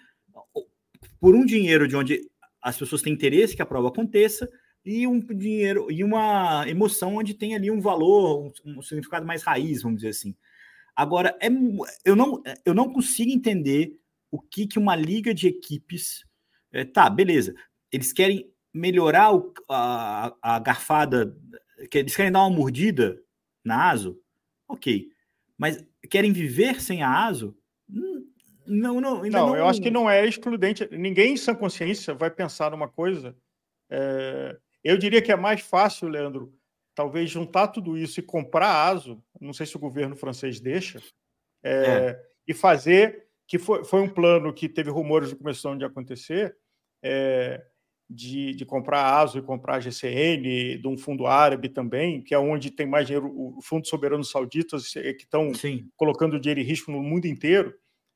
por um dinheiro de onde as pessoas têm interesse que a prova aconteça e um dinheiro e uma emoção onde tem ali um valor, um, um significado mais raiz, vamos dizer assim. Agora, é, eu, não, eu não consigo entender o que, que uma liga de equipes... É, tá, beleza, eles querem melhorar o, a, a garfada, que eles querem dar uma mordida na ASO, ok. Mas querem viver sem a ASO? Não, não, ainda não, não. Eu acho que não é excludente. Ninguém em sã consciência vai pensar numa coisa. É... Eu diria que é mais fácil, Leandro, talvez juntar tudo isso e comprar a ASO, não sei se o governo francês deixa, é... É. e fazer, que foi, foi um plano que teve rumores de começou de acontecer, é... De, de comprar a ASO e comprar a G C N, de um fundo árabe também, que é onde tem mais dinheiro, o Fundo Soberano Sauditas, que estão colocando dinheiro em risco no mundo inteiro.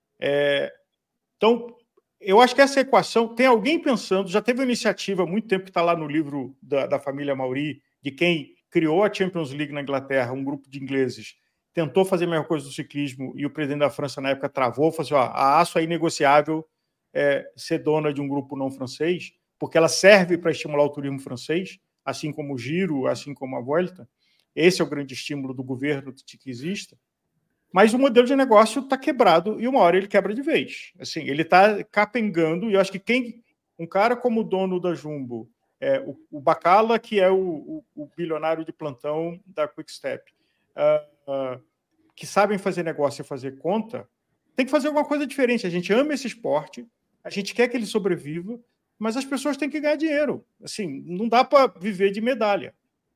É, então, eu acho que essa equação, tem alguém pensando, já teve uma iniciativa há muito tempo que está lá no livro da, da família Mauri, de quem criou a Champions League na Inglaterra, um grupo de ingleses, tentou fazer a mesma coisa do ciclismo e o presidente da França na época travou, falou assim, ó, a ASO é inegociável é, ser dona de um grupo não francês, porque ela serve para estimular o turismo francês, assim como o Giro, assim como a Vuelta. Esse é o grande estímulo do governo de que exista. Mas o modelo de negócio está quebrado e uma hora ele quebra de vez. Assim, ele está capengando, e eu acho que quem, um cara como o dono da Jumbo, é, o, o Bacala, que é o, o, o bilionário de plantão da Quick-Step, uh, uh, que sabem fazer negócio e fazer conta, tem que fazer alguma coisa diferente. A gente ama esse esporte, a gente quer que ele sobreviva, mas as pessoas têm que ganhar dinheiro. Assim, não dá para viver de medalha.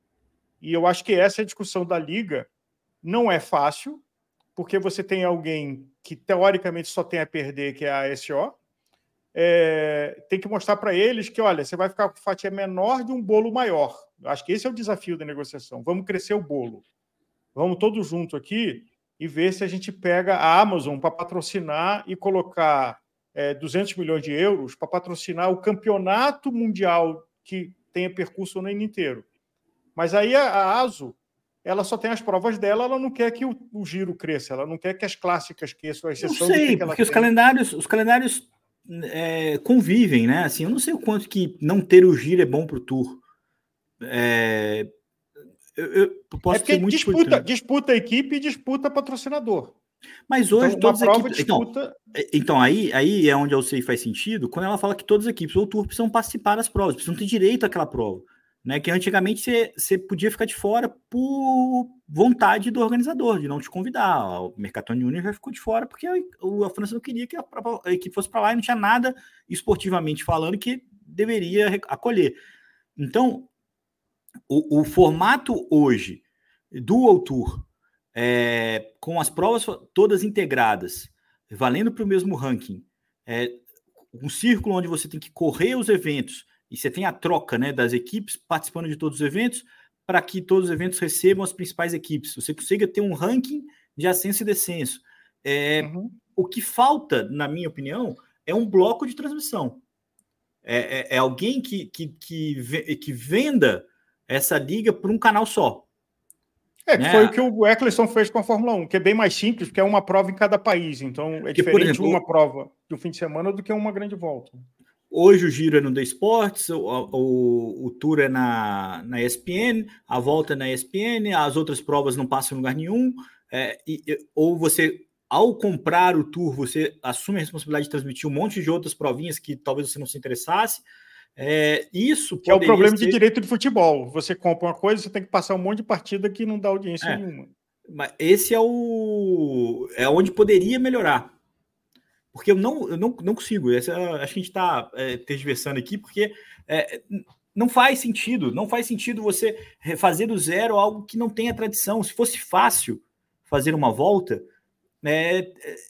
E eu acho que essa é a discussão da Liga. Não é fácil, porque você tem alguém que, teoricamente, só tem a perder, que é a A S O. É, tem que mostrar para eles que, olha, você vai ficar com fatia menor de um bolo maior. Eu acho que esse é o desafio da negociação. Vamos crescer o bolo. Vamos todos juntos aqui e ver se a gente pega a Amazon para patrocinar e colocar É, duzentos milhões de euros para patrocinar o campeonato mundial que tenha percurso no ano inteiro. Mas aí a, a ASO, ela só tem as provas dela, ela não quer que o, o giro cresça, ela não quer que as clássicas cresçam, a exceção não sei, do que, que porque ela os calendários, os calendários é, convivem, né? Assim, eu não sei o quanto que não ter o giro é bom para o Tour. É, eu, eu posso é porque ser muito disputa, disputa a equipe e disputa patrocinador. Mas hoje então, todas as equipes... Disputa... Então, então aí, aí é onde eu sei faz sentido, quando ela fala que todas as equipes ou Tour precisam participar das provas, precisam ter direito àquela prova. Né? Que antigamente você, você podia ficar de fora por vontade do organizador, de não te convidar. O Mercatone Union já ficou de fora porque a, a França não queria que a, a equipe fosse para lá e não tinha nada esportivamente falando que deveria acolher. Então, o, o formato hoje do World Tour, É, com as provas todas integradas, valendo para o mesmo ranking, é, um círculo onde você tem que correr os eventos e você tem a troca, né, das equipes participando de todos os eventos, para que todos os eventos recebam as principais equipes. Você consiga ter um ranking de ascenso e descenso. É, uhum. O que falta, na minha opinião, é um bloco de transmissão. É, é, é alguém que, que, que, que venda essa liga por um canal só. É, que né? Foi o que o Eccleston fez com a Fórmula um, que é bem mais simples, porque é uma prova em cada país. Então, é porque, diferente exemplo, uma prova de um fim de semana do que uma grande volta. Hoje o giro é no The Sports, o, o, o Tour é na, na E S P N, a volta é na E S P N, as outras provas não passam em lugar nenhum. É, e, ou você, ao comprar o Tour, você assume a responsabilidade de transmitir um monte de outras provinhas que talvez você não se interessasse. É, isso que é o problema ser... de direito de futebol. Você compra uma coisa, você tem que passar um monte de partida que não dá audiência é, nenhuma. Mas esse é o é onde poderia melhorar. Porque eu não, eu não, não consigo. Essa, acho que a gente está é, tergiversando aqui, porque é, não faz sentido. Não faz sentido você fazer do zero algo que não tenha tradição. Se fosse fácil fazer uma volta, né,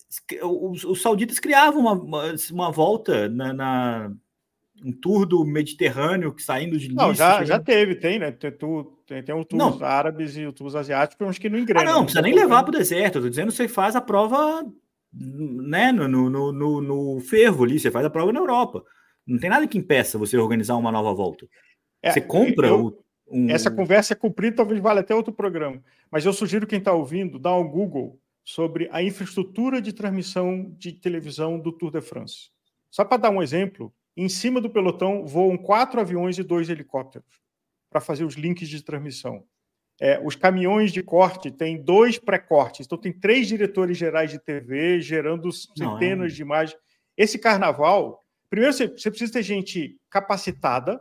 os, os sauditas criavam uma, uma, uma volta na, na um tour do Mediterrâneo, que saindo de Nice... Não, já, chegando... já teve, tem, né? Tem, tem, tem o tour não. árabes e o tour asiático, uns que não engrenam. Ah, não, não precisa nem levar para o deserto. Estou dizendo que você faz a prova, né, no, no, no, no fervo ali, você faz a prova na Europa. Não tem nada que impeça você organizar uma nova volta. É, você compra eu, o, um... Essa conversa é comprida, talvez valha até outro programa. Mas eu sugiro quem está ouvindo, dá um Google sobre a infraestrutura de transmissão de televisão do Tour de France. Só para dar um exemplo, em cima do pelotão voam quatro aviões e dois helicópteros para fazer os links de transmissão. É, os caminhões de corte têm dois pré-cortes, então tem três diretores gerais de T V gerando centenas Não, é... de imagens. Esse carnaval, primeiro você, você precisa ter gente capacitada,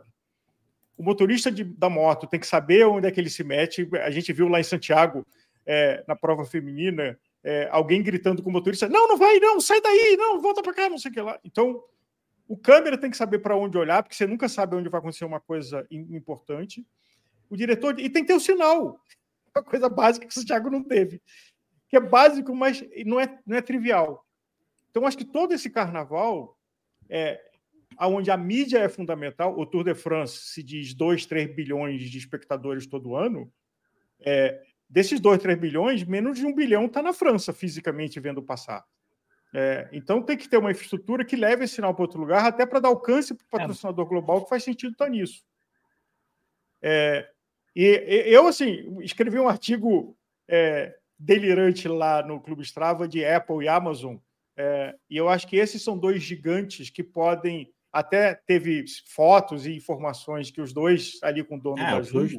o motorista de, da moto tem que saber onde é que ele se mete. A gente viu lá em Santiago, é, na prova feminina, é, alguém gritando com o motorista, não, não vai, não, sai daí, não, volta para cá, não sei o que lá. Então, o câmera tem que saber para onde olhar, porque você nunca sabe onde vai acontecer uma coisa importante. O diretor... E tem que ter o sinal. Uma coisa básica que o Santiago não teve. Que é básico, mas não é, não é trivial. Então, acho que todo esse carnaval, é, onde a mídia é fundamental, o Tour de France se diz dois, três bilhões de espectadores todo ano, é, desses dois, três bilhões, menos de um bilhão está na França, fisicamente vendo passar. É, então tem que ter uma infraestrutura que leve esse sinal para outro lugar, até para dar alcance para o patrocinador é. global, que faz sentido estar nisso. É, e, e eu, assim, escrevi um artigo é, delirante lá no Clube Strava de Apple e Amazon, é, e eu acho que esses são dois gigantes que podem... Até teve fotos e informações que os dois ali com o dono é, da Jumbo,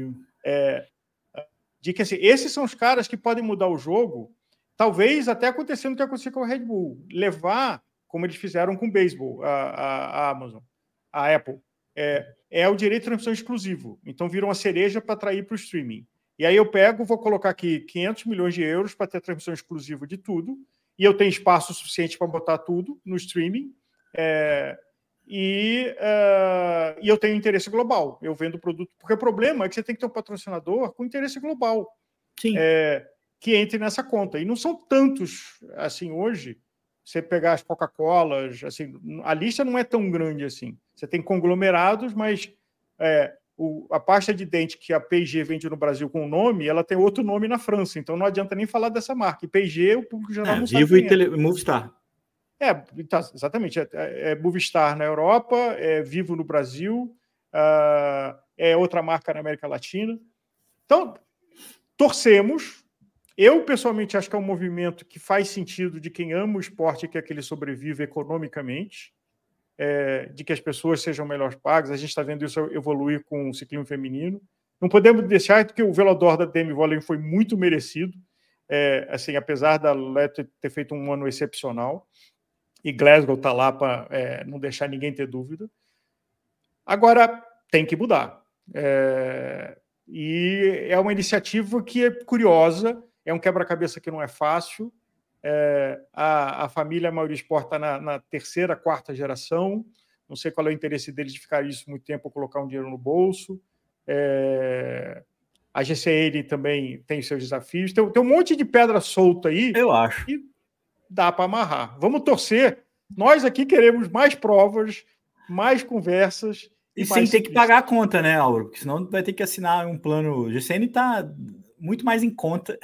é, de que assim, esses são os caras que podem mudar o jogo. Talvez até acontecendo o que aconteceu com a Red Bull. Levar, como eles fizeram com o beisebol, a, a, a Amazon, a Apple, é, é o direito de transmissão exclusivo. Então, vira uma cereja para atrair para o streaming. E aí eu pego, vou colocar aqui quinhentos milhões de euros para ter transmissão exclusiva de tudo, e eu tenho espaço suficiente para botar tudo no streaming, é, e, uh, e eu tenho interesse global. Eu vendo produto... Porque o problema é que você tem que ter um patrocinador com interesse global. Sim. É, que entre nessa conta. E não são tantos, assim, hoje, você pegar as Coca-Colas, assim, a lista não é tão grande assim. Você tem conglomerados, mas é, o, a pasta de dente que a P e G vende no Brasil com o nome, ela tem outro nome na França, então não adianta nem falar dessa marca. E P e G, o público geral é, não Vivo sabe e tele... Movistar. É, tá, exatamente. É, é Movistar na Europa, é Vivo no Brasil, uh, é outra marca na América Latina. Então, torcemos. Eu, pessoalmente, acho que é um movimento que faz sentido de quem ama o esporte e quer que ele sobreviva economicamente, é, de que as pessoas sejam melhor pagas. A gente está vendo isso evoluir com o ciclismo feminino. Não podemos deixar que o Velodor da Demi Vollering foi muito merecido, é, assim, apesar da Lete ter feito um ano excepcional, e Glasgow está lá para é, não deixar ninguém ter dúvida. Agora, tem que mudar. É, e é uma iniciativa que é curiosa, é um quebra-cabeça que não é fácil. É, a, a família Mauri Sport está na, na terceira, quarta geração. Não sei qual é o interesse deles de ficar isso muito tempo ou colocar um dinheiro no bolso. É, a G C N também tem seus desafios. Tem, tem um monte de pedra solta aí. Eu acho. E dá para amarrar. Vamos torcer. Nós aqui queremos mais provas, mais conversas E sem ter que pagar a conta, né, Álvaro? Porque senão vai ter que assinar um plano. O G C N está muito mais em conta,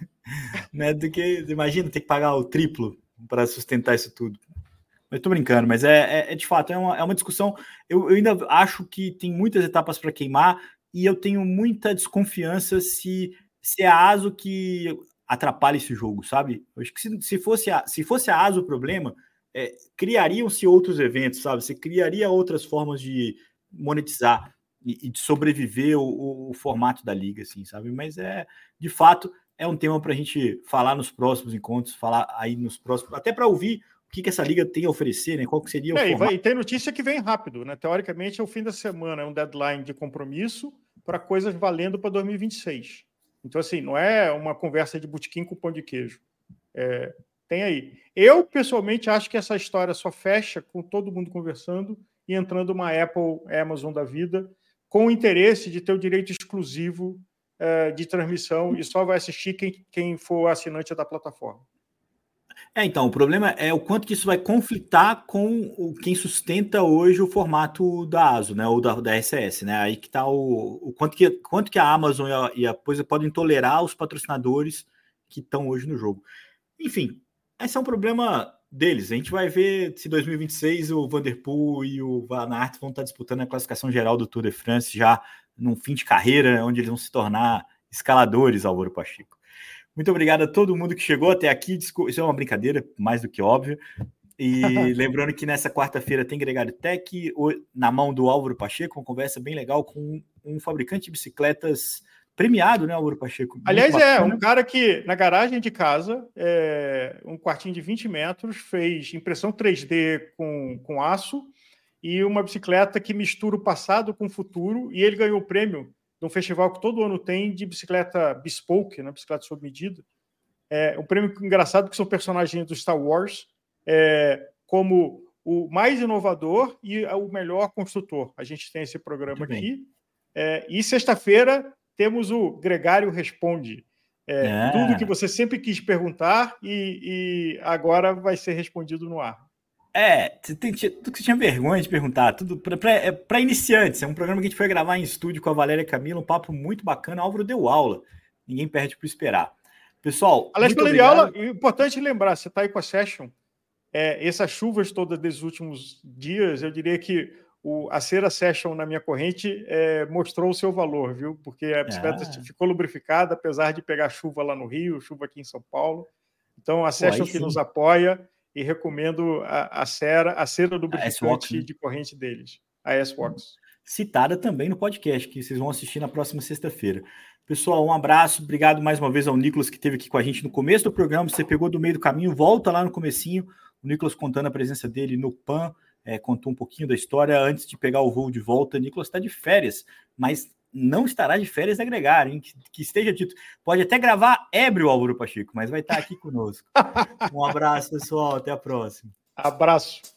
né, do que, imagina, ter que pagar o triplo para sustentar isso tudo. Eu tô brincando, mas é, é, é de fato, é uma, é uma discussão. Eu, eu ainda acho que tem muitas etapas para queimar e eu tenho muita desconfiança se, se é a ASO que atrapalha esse jogo, sabe? Eu acho que se, se, fosse, a, se fosse a ASO o problema, é, criariam-se outros eventos, sabe? Você criaria outras formas de monetizar e, e de sobreviver o, o, o formato da liga, assim, sabe? Mas é, de fato, é um tema para a gente falar nos próximos encontros, falar aí nos próximos, até para ouvir o que, que essa liga tem a oferecer, né? Qual que seria o é, formato? E, vai, e tem notícia que vem rápido, né? Teoricamente é o fim da semana, é um deadline de compromisso para coisas valendo para dois mil e vinte e seis. Então, assim, não é uma conversa de botequim com pão de queijo. É, tem aí. Eu, pessoalmente, acho que essa história só fecha com todo mundo conversando e entrando uma Apple, Amazon da vida, com o interesse de ter o direito exclusivo é, de transmissão e só vai assistir quem, quem for assinante da plataforma. É, então, o problema é o quanto que isso vai conflitar com o, quem sustenta hoje o formato da ASO, né, ou da, da S S, né, aí que tá o, o quanto, que, quanto que a Amazon e a, e a coisa podem tolerar os patrocinadores que estão hoje no jogo. Enfim, esse é um problema deles. A gente vai ver se em dois mil e vinte e seis o Vanderpool e o Van Aert vão estar disputando a classificação geral do Tour de France já num fim de carreira, onde eles vão se tornar escaladores, Álvaro Pacheco. Muito obrigado a todo mundo que chegou até aqui. Isso é uma brincadeira, mais do que óbvio. E lembrando que nessa quarta-feira tem Gregário Tech, na mão do Álvaro Pacheco, uma conversa bem legal com um fabricante de bicicletas premiado, né, Álvaro Pacheco? Muito Aliás, bacana. é um cara que na garagem de casa, é, um quartinho de vinte metros, fez impressão três D com, com aço e uma bicicleta que mistura o passado com o futuro, e ele ganhou o prêmio de um festival que todo ano tem de bicicleta bespoke, né, bicicleta sob medida. É um prêmio engraçado que são personagens do Star Wars, é, como o mais inovador e o melhor construtor. A gente tem esse programa Muito aqui. É, e sexta-feira temos o Gregário Responde. É, É. Tudo que você sempre quis perguntar e, e agora vai ser respondido no ar. É, tem, tudo que você tinha vergonha de perguntar, tudo para iniciantes. É um programa que a gente foi gravar em estúdio com a Valéria Camila, um papo muito bacana. O Álvaro deu aula, ninguém perde por esperar. Pessoal, aliás, muito pela obrigado. aula, é importante lembrar, você está aí com a Session, é, essas chuvas todas desses últimos dias, eu diria que o, a Cera Session na minha corrente é, mostrou o seu valor, viu? Porque a bicicleta é. ficou lubrificada, apesar de pegar chuva lá no Rio, chuva aqui em São Paulo. Então, a Session que nos apoia, e recomendo a, a cera, a cera lubrificante, né, de corrente deles, a S-Wax. Citada também no podcast, que vocês vão assistir na próxima sexta-feira. Pessoal, um abraço, obrigado mais uma vez ao Nicolas, que esteve aqui com a gente no começo do programa. Você pegou do meio do caminho, volta lá no comecinho, o Nicolas contando a presença dele no P A N, é, contou um pouquinho da história antes de pegar o voo de volta. Nicolas está de férias, mas não estará de férias a agregar, hein? Que, que esteja dito. Pode até gravar ébrio, Álvaro Pacheco, mas vai estar aqui conosco. Um abraço, pessoal. Até a próxima. Abraço.